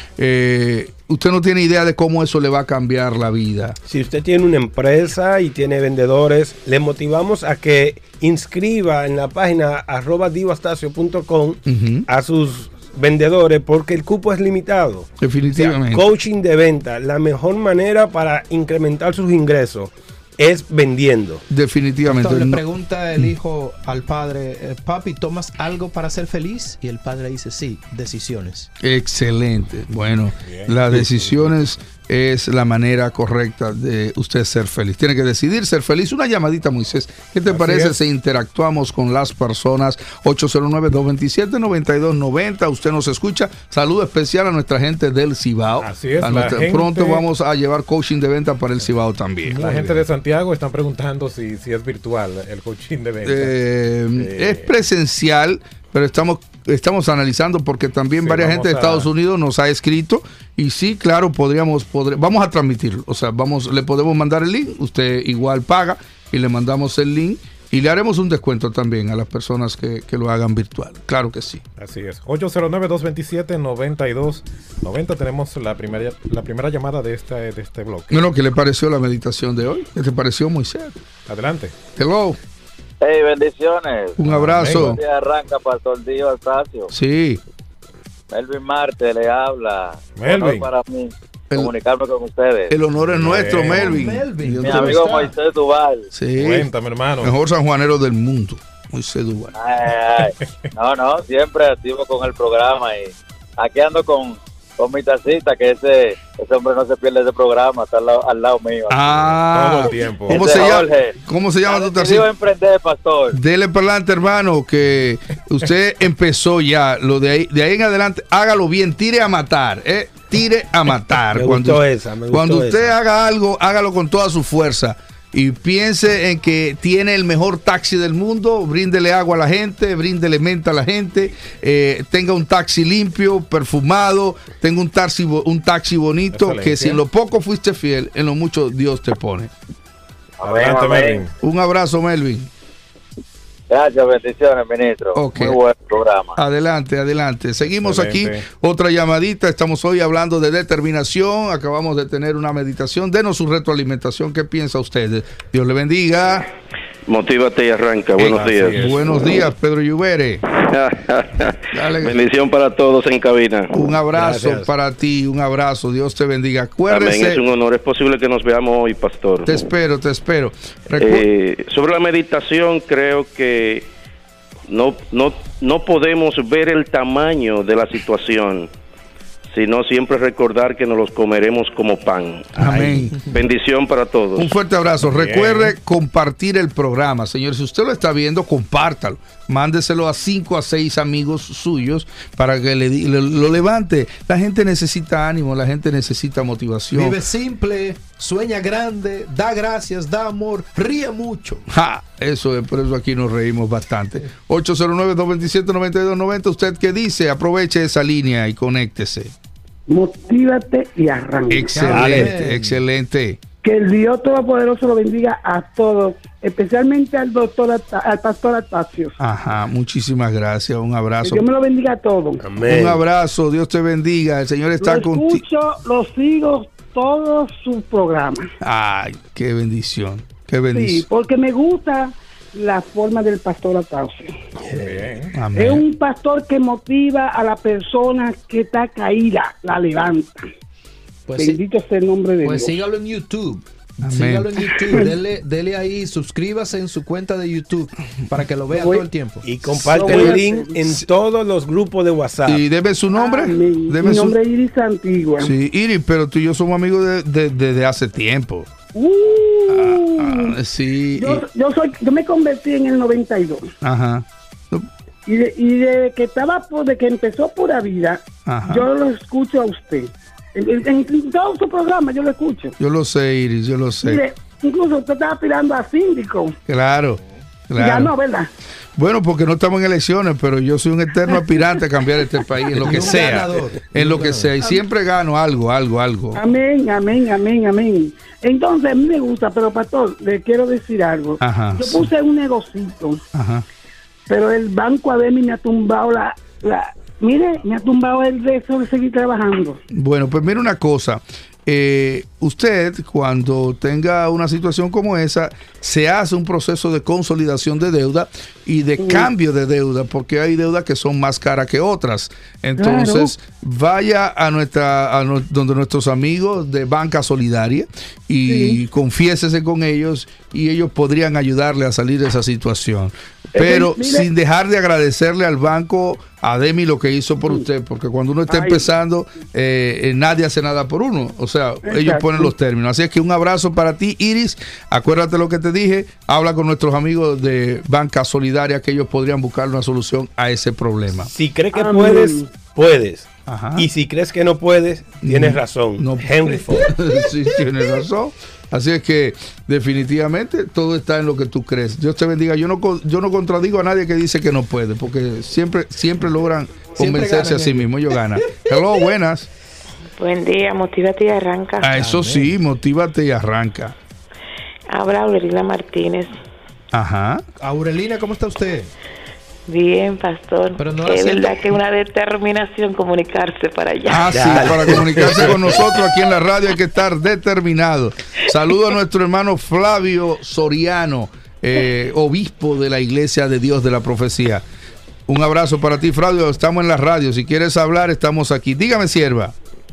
Eh, usted no tiene idea de cómo eso le va a cambiar la vida. Si usted tiene una empresa y tiene vendedores, le motivamos a que inscriba en la página arroba dioastacio punto com uh-huh. a sus vendedores, porque el cupo es limitado. Definitivamente. O sea, coaching de venta, la mejor manera para incrementar sus ingresos es vendiendo. Definitivamente. Entonces, le pregunta el hijo al padre, papi, ¿tomas algo para ser feliz? Y el padre dice, sí, decisiones. Excelente. Bueno, Bien. las decisiones es la manera correcta de usted ser feliz. Tiene que decidir ser feliz. Una llamadita, Moisés. ¿Qué te Así parece es. si interactuamos con las personas? ocho cero nueve, dos dos siete, nueve dos nueve cero. Usted nos escucha. Saludo especial a nuestra gente del Cibao. Así es. A nuestra, gente, pronto vamos a llevar coaching de venta para el Cibao también. La gente de Santiago están preguntando si, si es virtual el coaching de venta. Eh, eh. Es presencial, pero estamos estamos analizando porque también sí, varias gente de Estados a... Unidos nos ha escrito y sí, claro, podríamos, podr... vamos a transmitirlo, o sea, vamos, le podemos mandar el link, usted igual paga y le mandamos el link y le haremos un descuento también a las personas que, que lo hagan virtual, claro que sí. Así es, ocho cero nueve, dos dos siete, nueve dos nueve cero, tenemos la primera, la primera llamada de, esta, de este bloque. Bueno, ¿qué le pareció la meditación de hoy? ¿Qué te pareció, Moisés? Adelante. Hello. Hey, bendiciones. Un abrazo. Arranca Pastor Dio Astacio. Sí. Melvin Marte le habla. Melvin. Para mí el, comunicarme con ustedes. El honor es nuestro, Bien. Melvin. Melvin. Mi amigo Moisés Duval. Sí. Cuéntame, hermano. Mejor sanjuanero del mundo, Moisés Duval. Ay, ay. No, no, siempre activo con el programa y aquí ando con con mi tacita, que ese ese hombre no se pierde ese programa, está al lado, al lado mío. Ah, todo el tiempo. ¿Cómo se llama, ¿cómo se llama tu tacita? Emprender, pastor. Dele para adelante, hermano, que usted empezó ya, lo de ahí, de ahí en adelante, hágalo bien, tire a matar, ¿eh? Tire a matar. me cuando gustó esa, me gustó cuando usted esa. haga algo, hágalo con toda su fuerza. Y piense en que tiene el mejor taxi del mundo, bríndele agua a la gente, bríndele menta a la gente, eh, tenga un taxi limpio, perfumado, tenga un taxi, un taxi bonito, Excelente. Que si en lo poco fuiste fiel, en lo mucho Dios te pone. Adelante, Melvin. Un abrazo, Melvin. Gracias, bendiciones, ministro. Okay. Muy buen programa. Adelante, adelante. Seguimos Excelente. Aquí, otra llamadita. Estamos hoy hablando de determinación. Acabamos de tener una meditación. Denos su retroalimentación. ¿Qué piensa usted? Dios le bendiga. Motívate y arranca. Buenos días. Es. Buenos días, Pedro Lluvere. Bendición para todos en cabina. Un abrazo Gracias. para ti, un abrazo. Dios te bendiga. Acuérdese. Amén. Es un honor. Es posible que nos veamos hoy, pastor. Te espero, te espero. Recu eh, sobre la meditación, creo que no, no, no podemos ver el tamaño de la situación, sino siempre recordar que nos los comeremos como pan. Amén. Bendición para todos. Un fuerte abrazo. Bien. Recuerde compartir el programa, señor. Si usted lo está viendo, compártalo. Mándeselo a cinco a seis amigos suyos para que le, le, lo levante. La gente necesita ánimo, la gente necesita motivación. Vive simple, sueña grande, da gracias, da amor, ríe mucho. Ja, eso es, por eso aquí nos reímos bastante. ocho cero nueve, dos dos siete, nueve dos nueve cero. ¿Usted qué dice? Aproveche esa línea y conéctese. Motívate y arranca. Excelente, Bien. excelente. Que el Dios Todopoderoso lo bendiga a todos, especialmente al doctor, al pastor Astacio. Ajá, muchísimas gracias, un abrazo. Que Dios me lo bendiga a todos. Amén. Un abrazo, Dios te bendiga, el Señor está contigo. Lo escucho, lo sigo todos sus programas. Ay, qué bendición, qué bendición. Sí, porque me gusta la forma del pastor Astacio. Bien. Amén. Es un pastor que motiva a la persona que está caída, la levanta. Pues sí. Bendito sea el nombre de Pues Dios. sígalo en YouTube. Amén. Sígalo en YouTube. Dele, dele ahí, suscríbase en su cuenta de YouTube para que lo vea todo el tiempo. Y comparte el link en todos los grupos de WhatsApp. ¿Y debe su nombre? Amén. Debe Mi su- nombre es Iris Antigua. Sí, Iris, pero tú y yo somos amigos desde de, de, de hace tiempo. Uh, Ah, sí. yo, y- yo soy, yo me convertí en el noventa y dos. ajá. Y de, y de que estaba, por, de que empezó Pura Vida, Ajá. yo lo escucho a usted. En, en- en todo su programa yo lo escucho. Yo lo sé, Iris, yo lo sé. Mire, incluso usted estaba tirando a síndico. Claro, Y ganó, claro. ¿verdad? Bueno, porque no estamos en elecciones, pero yo soy un eterno aspirante a cambiar este país, en lo que Un sea. ganador. En lo que sea. Y siempre gano algo, algo, algo. Amén, amén, amén, amén. Entonces, a mí me gusta, pero pastor, le quiero decir algo. Ajá, Yo sí. puse un negocito, Ajá. pero el banco Ademi me ha tumbado la, la... Mire, me ha tumbado el deseo de seguir trabajando. Bueno, pues mira una cosa. Eh, usted, cuando tenga una situación como esa, se hace un proceso de consolidación de deuda y de cambio de deuda, porque hay deudas que son más caras que otras. Entonces, vaya a nuestra a nu- donde nuestros amigos de Banca Solidaria y Sí. confiésese con ellos y ellos podrían ayudarle a salir de esa situación. Pero mire- sin dejar de agradecerle al banco, a Demi, lo que hizo por usted, porque cuando uno está Ay. empezando, eh, eh, nadie hace nada por uno. O sea, ellos Exacto. ponen los términos. Así es que un abrazo para ti, Iris. Acuérdate lo que te dije. Habla con nuestros amigos de Banca Solidaria, que ellos podrían buscar una solución a ese problema. Si crees que Amén. puedes, puedes. Ajá. Y si crees que no puedes, tienes No, razón. no. Henry Ford. Sí, tienes razón. Así es que definitivamente todo está en lo que tú crees. Dios te bendiga. Yo no co- yo no contradigo a nadie que dice que no puede, porque siempre siempre logran convencerse a sí ganan mismos. Ellos ganan. Hello, buenas. Buen día, motívate y arranca. A eso sí, motívate y arranca. Habla Aurelina Martínez. Ajá. Aurelina, ¿cómo está usted? Bien, pastor. Pero no la es siento- verdad que una determinación comunicarse para allá. Ah, sí, para comunicarse con nosotros aquí en la radio hay que estar determinado. Saludo a nuestro hermano Flavio Soriano, eh, obispo de la Iglesia de Dios de la Profecía. Un abrazo para ti, Flavio. Estamos en la radio. Si quieres hablar, estamos aquí. Dígame, sierva.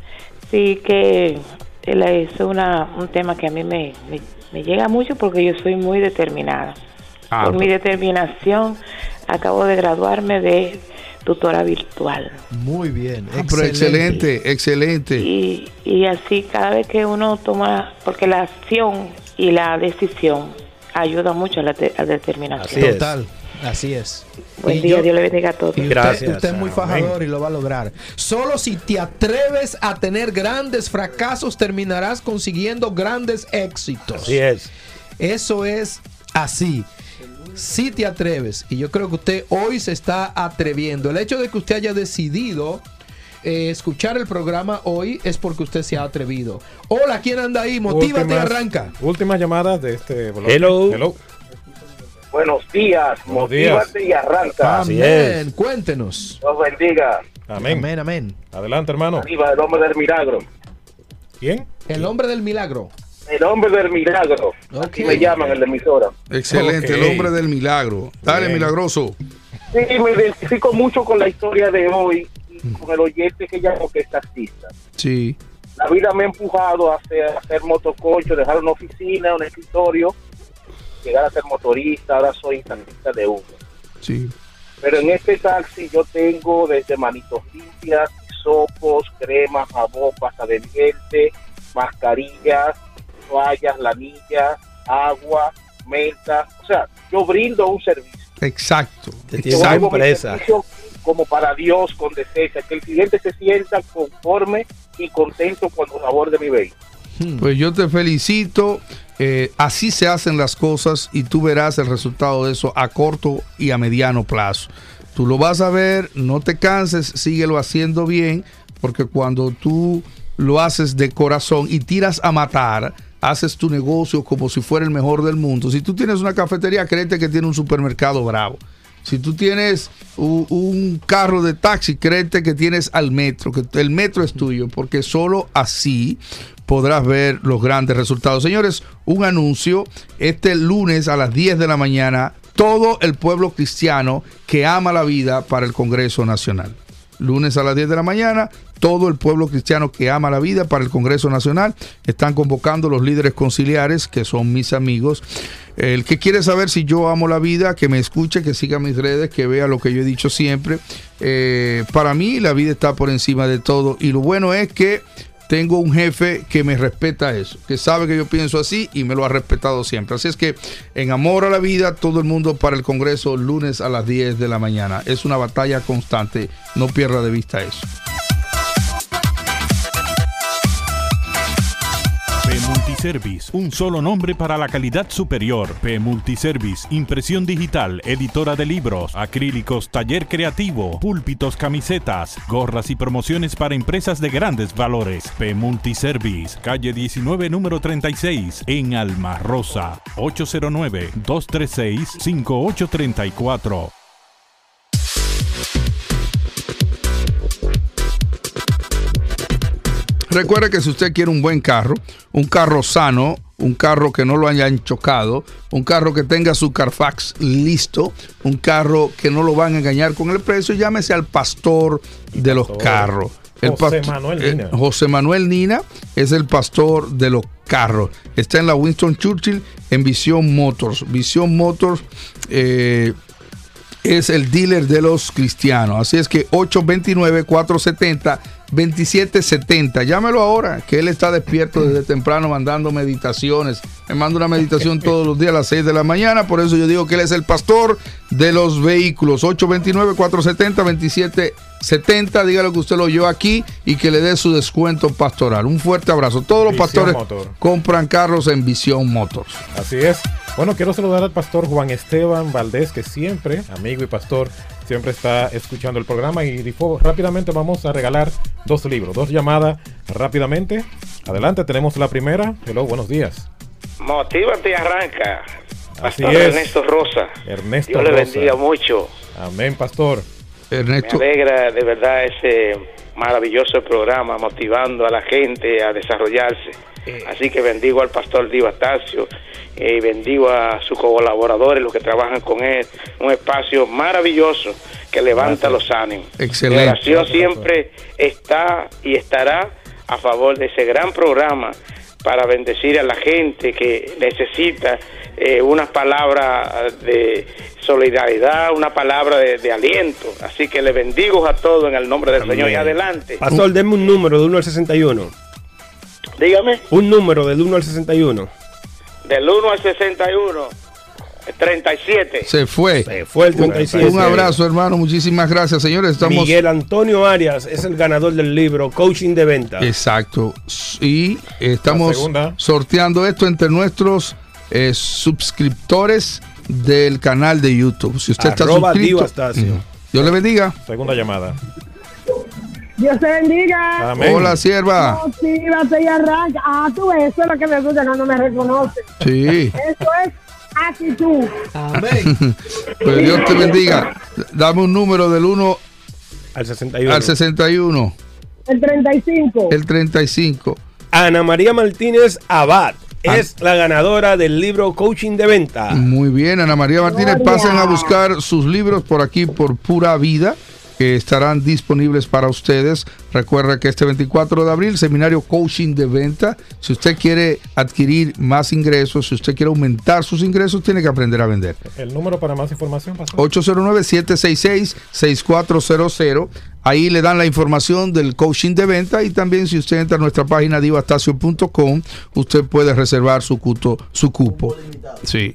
Sí, que él es una, un tema que a mí me, me, me llega mucho porque yo soy muy determinada. Ah, Por mi determinación, acabo de graduarme de tutora virtual. Muy bien. Ah, pero excelente, excelente. Y, y así cada vez que uno toma, porque la acción y la decisión ayuda mucho a la, te- a la determinación. Total. Así es. Buen Y día, yo- Dios le bendiga a todos. Y usted, Gracias, usted es muy amén. fajador y lo va a lograr. Solo si te atreves a tener grandes fracasos, terminarás consiguiendo grandes éxitos. Así es. Eso es así. Si te atreves, y yo creo que usted hoy se está atreviendo. El hecho de que usted haya decidido eh, escuchar el programa hoy es porque usted se ha atrevido. Hola, ¿quién anda ahí? Motívate y Últimas- arranca. Últimas llamadas de este bloque. Hello. Hello. Buenos días, Buenos días. motívate y arranca. Así Amén. es. Cuéntenos. Dios bendiga. Amén. Amén, amén. Adelante, hermano. Arriba el hombre del milagro. ¿Quién? El hombre del milagro. El hombre del milagro. Así Ok. me llaman en la emisora. Excelente, Ok. el hombre del milagro. Dale, Bien. milagroso. Sí, me identifico mucho con la historia de hoy y con el oyente que llamó que es taxista. Sí. La vida me ha empujado a hacer, a hacer motoconcho, dejar una oficina, un escritorio, llegar a ser motorista, ahora soy taxista de Uber. Sí. Pero en este taxi yo tengo desde manitos limpias, sopos, cremas, jabón, pasta de dientes, mascarillas, toallas, lanillas, agua, menta. O sea, yo brindo un servicio. Exacto. Te Yo tiene hago mi empresa. servicio como para Dios, con decencia, que el cliente se sienta conforme y contento con el labor de mi vehículo. Pues yo te felicito. Eh, así se hacen las cosas y tú verás el resultado de eso a corto y a mediano plazo. Tú lo vas a ver, no te canses, síguelo haciendo bien, porque cuando tú lo haces de corazón y tiras a matar, haces tu negocio como si fuera el mejor del mundo. Si tú tienes una cafetería, créete que tiene un supermercado bravo. Si tú tienes un, un carro de taxi, créete que tienes al metro, que el metro es tuyo, porque solo así podrás ver los grandes resultados. Señores, un anuncio. Este lunes a las diez de la mañana todo el pueblo cristiano que ama la vida para el Congreso Nacional. Lunes a las diez de la mañana, todo el pueblo cristiano que ama la vida para el Congreso Nacional. Están convocando los líderes conciliares, que son mis amigos. El que quiere saber si yo amo la vida, que me escuche, que siga mis redes, que vea lo que yo he dicho siempre. Eh, para mí la vida está por encima de todo, y lo bueno es que tengo un jefe que me respeta eso, que sabe que yo pienso así y me lo ha respetado siempre. Así es que en amor a la vida, todo el mundo para el Congreso, lunes a las diez de la mañana. Es una batalla constante, no pierda de vista eso. P Multiservice, un solo nombre para la calidad superior. P Multiservice, impresión digital, editora de libros, acrílicos, taller creativo, púlpitos, camisetas, gorras y promociones para empresas de grandes valores. P Multiservice, calle diecinueve, número treinta y seis, en Alma Rosa. ocho cero nueve, dos tres seis, cinco ocho tres cuatro. Recuerde que si usted quiere un buen carro, un carro sano, un carro que no lo hayan chocado, un carro que tenga su Carfax listo, un carro que no lo van a engañar con el precio, llámese al pastor de los carros. El José pasto- Manuel eh, Nina. José Manuel Nina es el pastor de los carros. Está en la Winston Churchill en Visión Motors. Visión Motors eh, es el dealer de los cristianos. Así es que ocho dos nueve, cuatro siete cero, dos siete siete cero. Llámelo ahora, que él está despierto desde temprano mandando meditaciones. Me manda una meditación todos los días a las seis de la mañana. Por eso yo digo que él es el pastor de los vehículos. ocho dos nueve, cuatro siete cero, dos siete siete cero. Dígale que usted lo oyó aquí y que le dé su descuento pastoral. Un fuerte abrazo. Todos los Visión pastores Motor. compran carros en Visión Motors. Así es. Bueno, quiero saludar al pastor Juan Esteban Valdés, que siempre, amigo y pastor, siempre está escuchando el programa. Y Difo, rápidamente vamos a regalar dos libros, dos llamadas rápidamente. Adelante, tenemos la primera. Hello, buenos días. Motívate y arranca. Así Pastor es. Ernesto Rosa. Ernesto Dios le Rosa. bendiga mucho. Amén, pastor. Ernesto. Me alegra de verdad ese maravilloso programa motivando a la gente a desarrollarse. Así que bendigo al pastor Dio Astacio y bendigo a sus colaboradores, los que trabajan con él. Un espacio maravilloso que levanta los ánimos. Excelente. Mi oración siempre está y estará a favor de ese gran programa para bendecir a la gente que necesita eh, unas palabras de solidaridad, una palabra de, de aliento. Así que le bendigo a todos en el nombre del Amén. Señor y adelante. Pastor, denme un número de uno al sesenta y uno. Dígame. Un número del uno al sesenta y uno. Del uno al sesenta y uno, treinta y siete. Se fue. Se fue el treinta y siete. Un abrazo, hermano. Muchísimas gracias, señores. Estamos... Miguel Antonio Arias es el ganador del libro Coaching de Venta. Exacto. Y La estamos segunda. sorteando esto entre nuestros eh, suscriptores del canal de YouTube. Si usted Arroba está Dio suscrito, Astacio. Dios le bendiga. Segunda llamada. Dios te bendiga. Amén. Hola, sierva. Motívate y arranca. Ah, tú, eso es lo que me gusta cuando me reconoce. Sí. Eso es actitud. Amén. Pues Dios te bendiga. Dame un número del uno al sesenta y uno. Al sesenta y uno. El treinta y cinco. El treinta y cinco. Ana María Martínez Abad es la ganadora del libro Coaching de Venta. Muy bien, Ana María Martínez. Gloria. Pasen a buscar sus libros por aquí, por Pura Vida, que estarán disponibles para ustedes. Recuerda que este veinticuatro de abril, seminario Coaching de Venta. Si usted quiere adquirir más ingresos, si usted quiere aumentar sus ingresos, tiene que aprender a vender. El número para más información, pastor. ocho cero nueve, siete seis seis, seis cuatro cero cero. Ahí le dan la información del coaching de venta, y también si usted entra a nuestra página dio astacio punto com, usted puede reservar su, cuto, su cupo. Sí.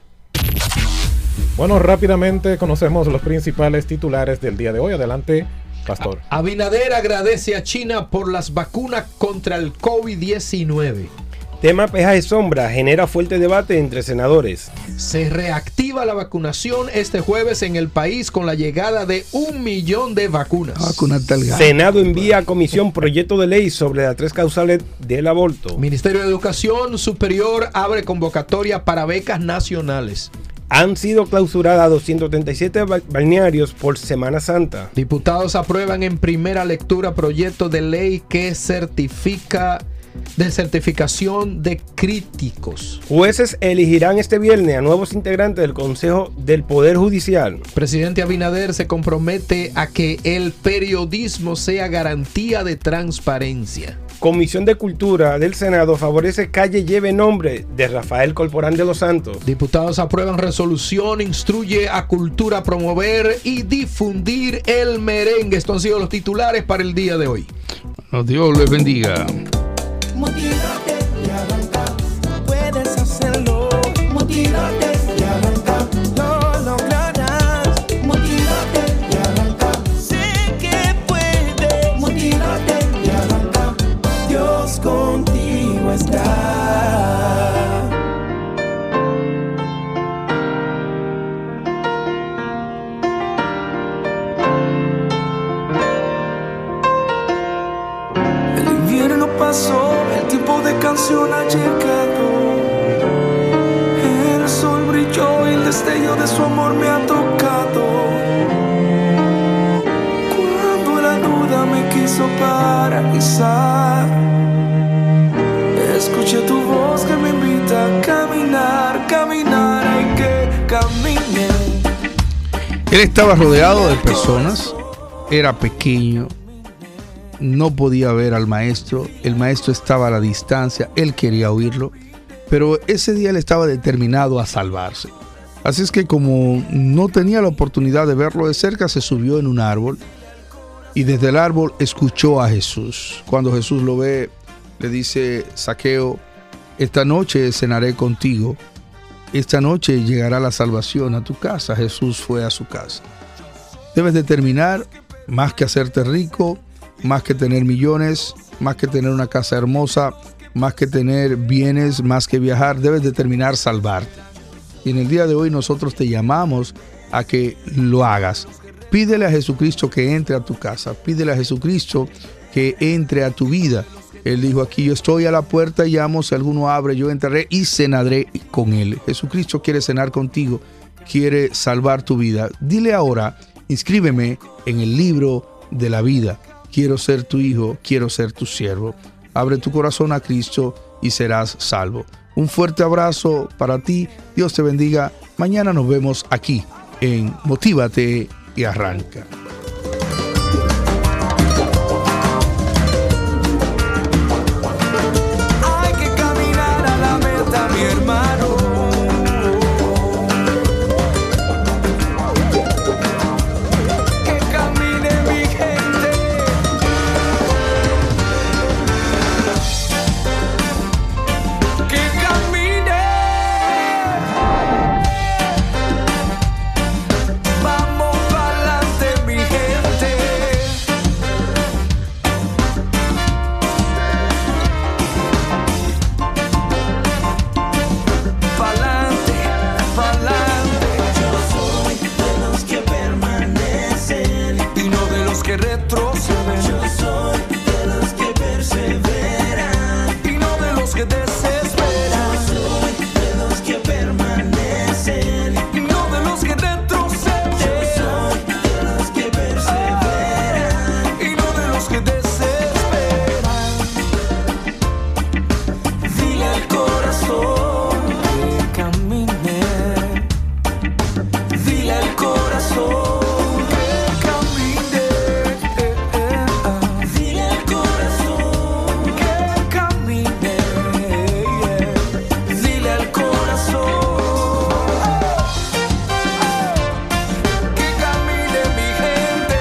Bueno, rápidamente conocemos los principales titulares del día de hoy. Adelante, pastor. Abinader agradece a China por las vacunas contra el COVID diecinueve. Tema peaje sombra genera fuerte debate entre senadores. Se reactiva la vacunación este jueves en el país con la llegada de un millón de vacunas. Senado envía a comisión proyecto de ley sobre las tres causales del aborto. Ministerio de Educación Superior abre convocatoria para becas nacionales. Han sido clausuradas doscientos treinta y siete ba- balnearios por Semana Santa. Diputados aprueban en primera lectura proyecto de ley que certifica de certificación de críticos. Jueces elegirán este viernes a nuevos integrantes del Consejo del Poder Judicial. Presidente Abinader se compromete a que el periodismo sea garantía de transparencia. Comisión de Cultura del Senado favorece calle lleve nombre de Rafael Corporán de los Santos. Diputados aprueban resolución, instruye a Cultura a promover y difundir el merengue. Estos han sido los titulares para el día de hoy. Oh, Dios les bendiga. Motívate y arranca, puedes hacerlo. Motívate y arranca, lo lograrás. Motívate y arranca, sé que puedes. Motívate y arranca, Dios contigo está. El invierno pasó, el tiempo de canción ha llegado. El sol brilló y el destello de su amor me ha tocado. Cuando la duda me quiso paralizar, escuché tu voz que me invita a caminar, caminar, hay que caminar. Él estaba rodeado de personas, era pequeño, no podía ver al maestro, el maestro estaba a la distancia, él quería oírlo, pero ese día él estaba determinado a salvarse. Así es que como no tenía la oportunidad de verlo de cerca, se subió en un árbol y desde el árbol escuchó a Jesús. Cuando Jesús lo ve, le dice: Zaqueo, esta noche cenaré contigo, esta noche llegará la salvación a tu casa. Jesús fue a su casa. Debes determinar, más que hacerte rico, más que tener millones, más que tener una casa hermosa, más que tener bienes, más que viajar, debes determinar salvarte. Y en el día de hoy nosotros te llamamos a que lo hagas. Pídele a Jesucristo que entre a tu casa, pídele a Jesucristo que entre a tu vida. Él dijo aquí: yo estoy a la puerta y llamo, si alguno abre, yo entraré y cenaré con él. Jesucristo quiere cenar contigo, quiere salvar tu vida. Dile ahora: inscríbeme en el libro de la vida. Quiero ser tu hijo, quiero ser tu siervo. Abre tu corazón a Cristo y serás salvo. Un fuerte abrazo para ti. Dios te bendiga. Mañana nos vemos aquí en Motívate y Arranca. Hay que caminar a la meta, mi hermano. Que camine mi gente. Que camine. Vamos pa'lante, mi gente. Pa'lante, pa'lante. Yo soy de los que permanecen y no de los que retroceden. Yo soy de los que perseveran y no de los que desesperan. Yo soy de los que permanecen y no de los que retroceden. Yo soy de los que perseveran y no de los que desesperan. Dile al corazón que camine. Dile al corazón que camine. Dile al corazón que camine. Dile al corazón que camine, mi gente.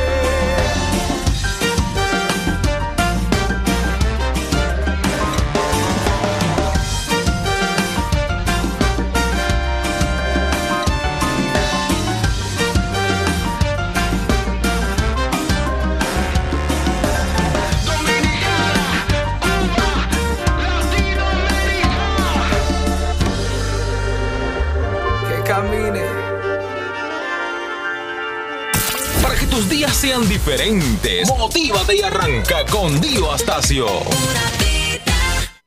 Que camine. Para que tus días sean diferentes, motívate y arranca con Dio Astacio.